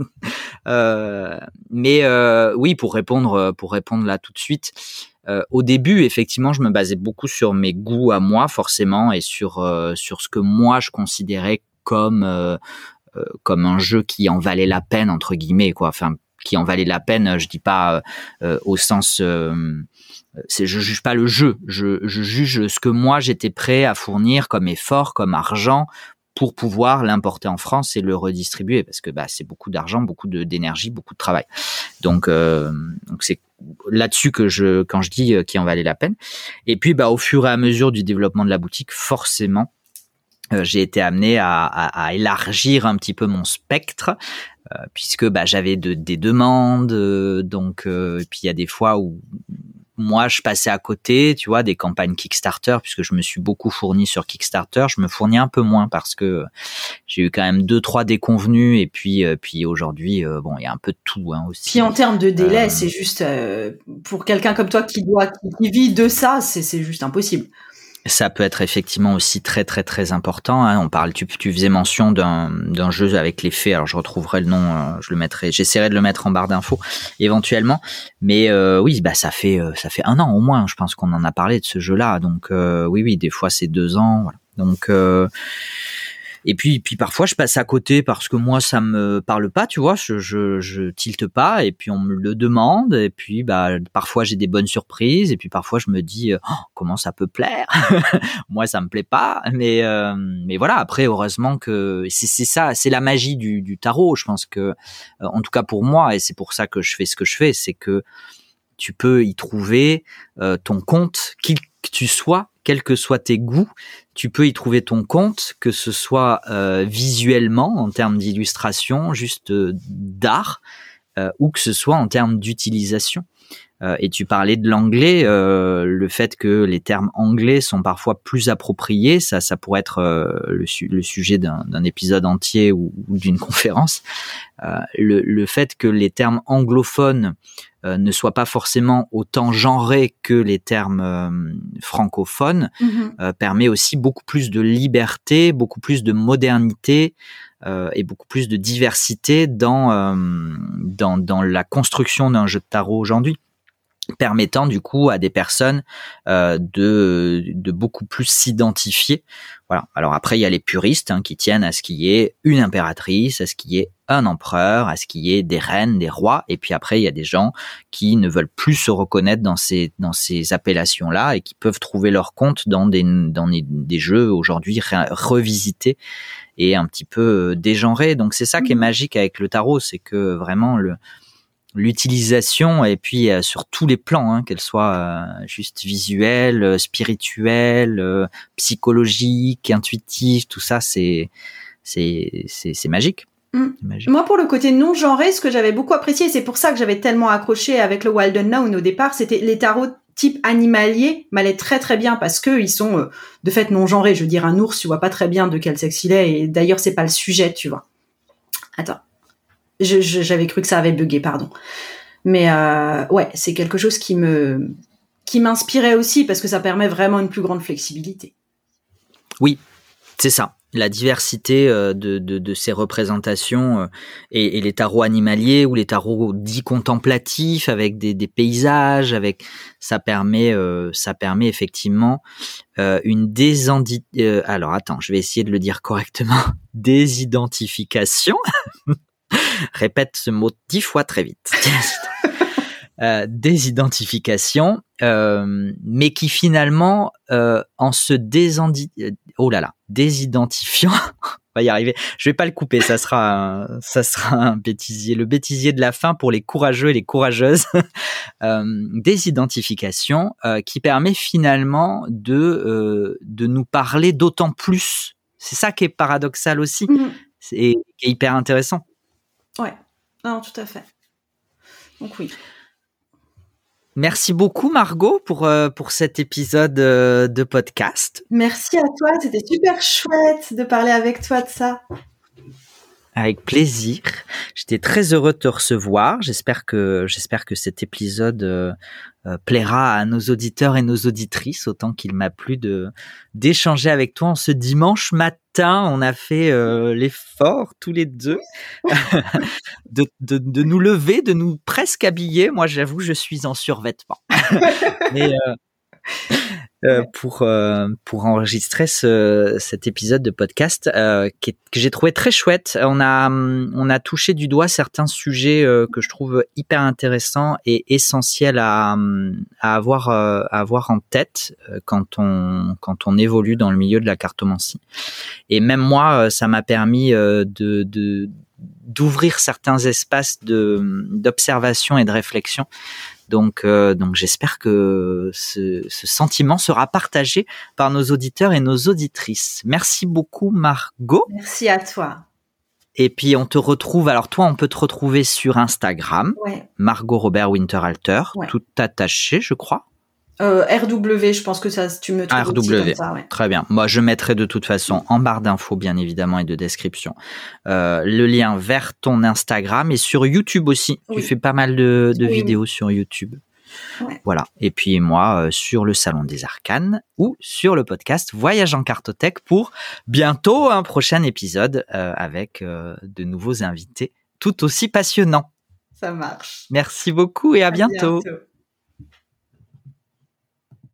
Oui, pour répondre là tout de suite. Au début, effectivement, je me basais beaucoup sur mes goûts à moi, forcément, et sur ce que moi je considérais comme un jeu qui en valait la peine, entre guillemets, quoi. Enfin, qui en valait la peine. Je dis pas au sens. Je juge pas le jeu, je juge ce que moi j'étais prêt à fournir comme effort, comme argent pour pouvoir l'importer en France et le redistribuer parce que c'est beaucoup d'argent, beaucoup d'énergie, beaucoup de travail. Donc c'est là-dessus que quand je dis qu'il en valait la peine. Et puis au fur et à mesure du développement de la boutique, forcément j'ai été amené à élargir un petit peu mon spectre puisque j'avais des demandes, donc et puis il y a des fois où moi, je passais à côté, tu vois, des campagnes Kickstarter, puisque je me suis beaucoup fourni sur Kickstarter. Je me fournis un peu moins parce que j'ai eu quand même 2-3 déconvenues, et puis aujourd'hui, bon, il y a un peu de tout aussi. Puis en termes de délai, c'est juste pour quelqu'un comme toi qui vit de ça, c'est juste impossible. Ça peut être effectivement aussi très très très important. On parle, tu faisais mention d'un jeu avec les fées. Alors je retrouverai le nom, j'essaierai de le mettre en barre d'infos éventuellement. Mais oui, bah ça fait 1 an au moins. Je pense qu'on en a parlé de ce jeu-là. Donc oui, des fois c'est 2 ans. Voilà. Donc et puis parfois je passe à côté parce que moi ça me parle pas, tu vois, je tilte pas, et puis on me le demande, et puis bah parfois j'ai des bonnes surprises, et puis parfois je me dis comment ça peut plaire. Moi ça me plaît pas, mais voilà, après heureusement que c'est ça, c'est la magie du tarot. Je pense que en tout cas pour moi, et c'est pour ça que je fais ce que je fais, c'est que tu peux y trouver ton compte, qui que tu sois, quels que soient tes goûts, tu peux y trouver ton compte, que ce soit visuellement, en termes d'illustration, juste d'art, ou que ce soit en termes d'utilisation. Et tu parlais de l'anglais, le fait que les termes anglais sont parfois plus appropriés, ça pourrait être le sujet d'un épisode entier ou d'une conférence. Le fait que les termes anglophones ne soient pas forcément autant genrés que les termes francophones, permet aussi beaucoup plus de liberté, beaucoup plus de modernité, et beaucoup plus de diversité dans la construction d'un jeu de tarot aujourd'hui, permettant du coup à des personnes de beaucoup plus s'identifier. Voilà. Alors après, il y a les puristes qui tiennent à ce qu'il y ait une impératrice, à ce qu'il y ait un empereur, à ce qu'il y ait des reines, des rois. Et puis après, il y a des gens qui ne veulent plus se reconnaître dans ces appellations-là, et qui peuvent trouver leur compte dans des jeux aujourd'hui revisités et un petit peu dégenrés. Donc c'est ça qui est magique avec le tarot, c'est que vraiment l'utilisation, et puis sur tous les plans, qu'elle soit juste visuelle, spirituelle, psychologique, intuitive, tout ça, c'est magique. Magique. Moi, pour le côté non genré, ce que j'avais beaucoup apprécié, et c'est pour ça que j'avais tellement accroché avec le Wild Unknown au départ, c'était les tarots type animalier m'allaient très très bien, parce que ils sont de fait non genrés. Je veux dire, un ours, tu vois pas très bien de quel sexe il est, et d'ailleurs c'est pas le sujet, tu vois. Attends. J'avais cru que ça avait bugué, pardon. Mais ouais, c'est quelque chose qui m'inspirait aussi, parce que ça permet vraiment une plus grande flexibilité. Oui, c'est ça. La diversité de ces représentations, et les tarots animaliers ou les tarots dits contemplatifs avec des paysages, ça permet effectivement une alors attends, je vais essayer de le dire correctement. Désidentification. Répète ce mot 10 fois très vite. Désidentification, mais qui finalement, en se désidentifiant, on va y arriver. Je vais pas le couper, ça sera un bêtisier, le bêtisier de la fin pour les courageux et les courageuses. Désidentification, qui permet finalement de nous parler d'autant plus. C'est ça qui est paradoxal aussi, et qui est hyper intéressant. Ouais, non, tout à fait. Donc oui. Merci beaucoup Margot pour cet épisode de podcast. Merci à toi, c'était super chouette de parler avec toi de ça. Avec plaisir. J'étais très heureux de te recevoir. J'espère que cet épisode plaira à nos auditeurs et nos auditrices autant qu'il m'a plu d'échanger avec toi en ce dimanche matin. On a fait l'effort tous les deux de nous lever, de nous presque habiller. Moi, j'avoue, je suis en survêtement. Mais pour enregistrer cet épisode de podcast que j'ai trouvé très chouette. On a touché du doigt certains sujets que je trouve hyper intéressants et essentiels à avoir en tête quand on évolue dans le milieu de la cartomancie. Et même moi, ça m'a permis d'ouvrir certains espaces d'observation et de réflexion. Donc j'espère que ce sentiment sera partagé par nos auditeurs et nos auditrices. Merci beaucoup Margot. Merci à toi. Et puis on te retrouve, alors toi on peut te retrouver sur Instagram, Ouais. Margot Robert Winterhalter, Ouais. tout attaché je crois. RW, je pense que ça, tu me trouves aussi comme ça, ouais. Très bien. Moi, je mettrai de toute façon en barre d'infos, bien évidemment, et de description, le lien vers ton Instagram et sur YouTube aussi. Oui. Tu fais pas mal de vidéos sur YouTube. Ouais. Voilà. Et puis moi, sur le Salon des Arcanes ou sur le podcast Voyage en Cartothèque pour bientôt un prochain épisode avec de nouveaux invités tout aussi passionnants. Ça marche. Merci beaucoup et à bientôt.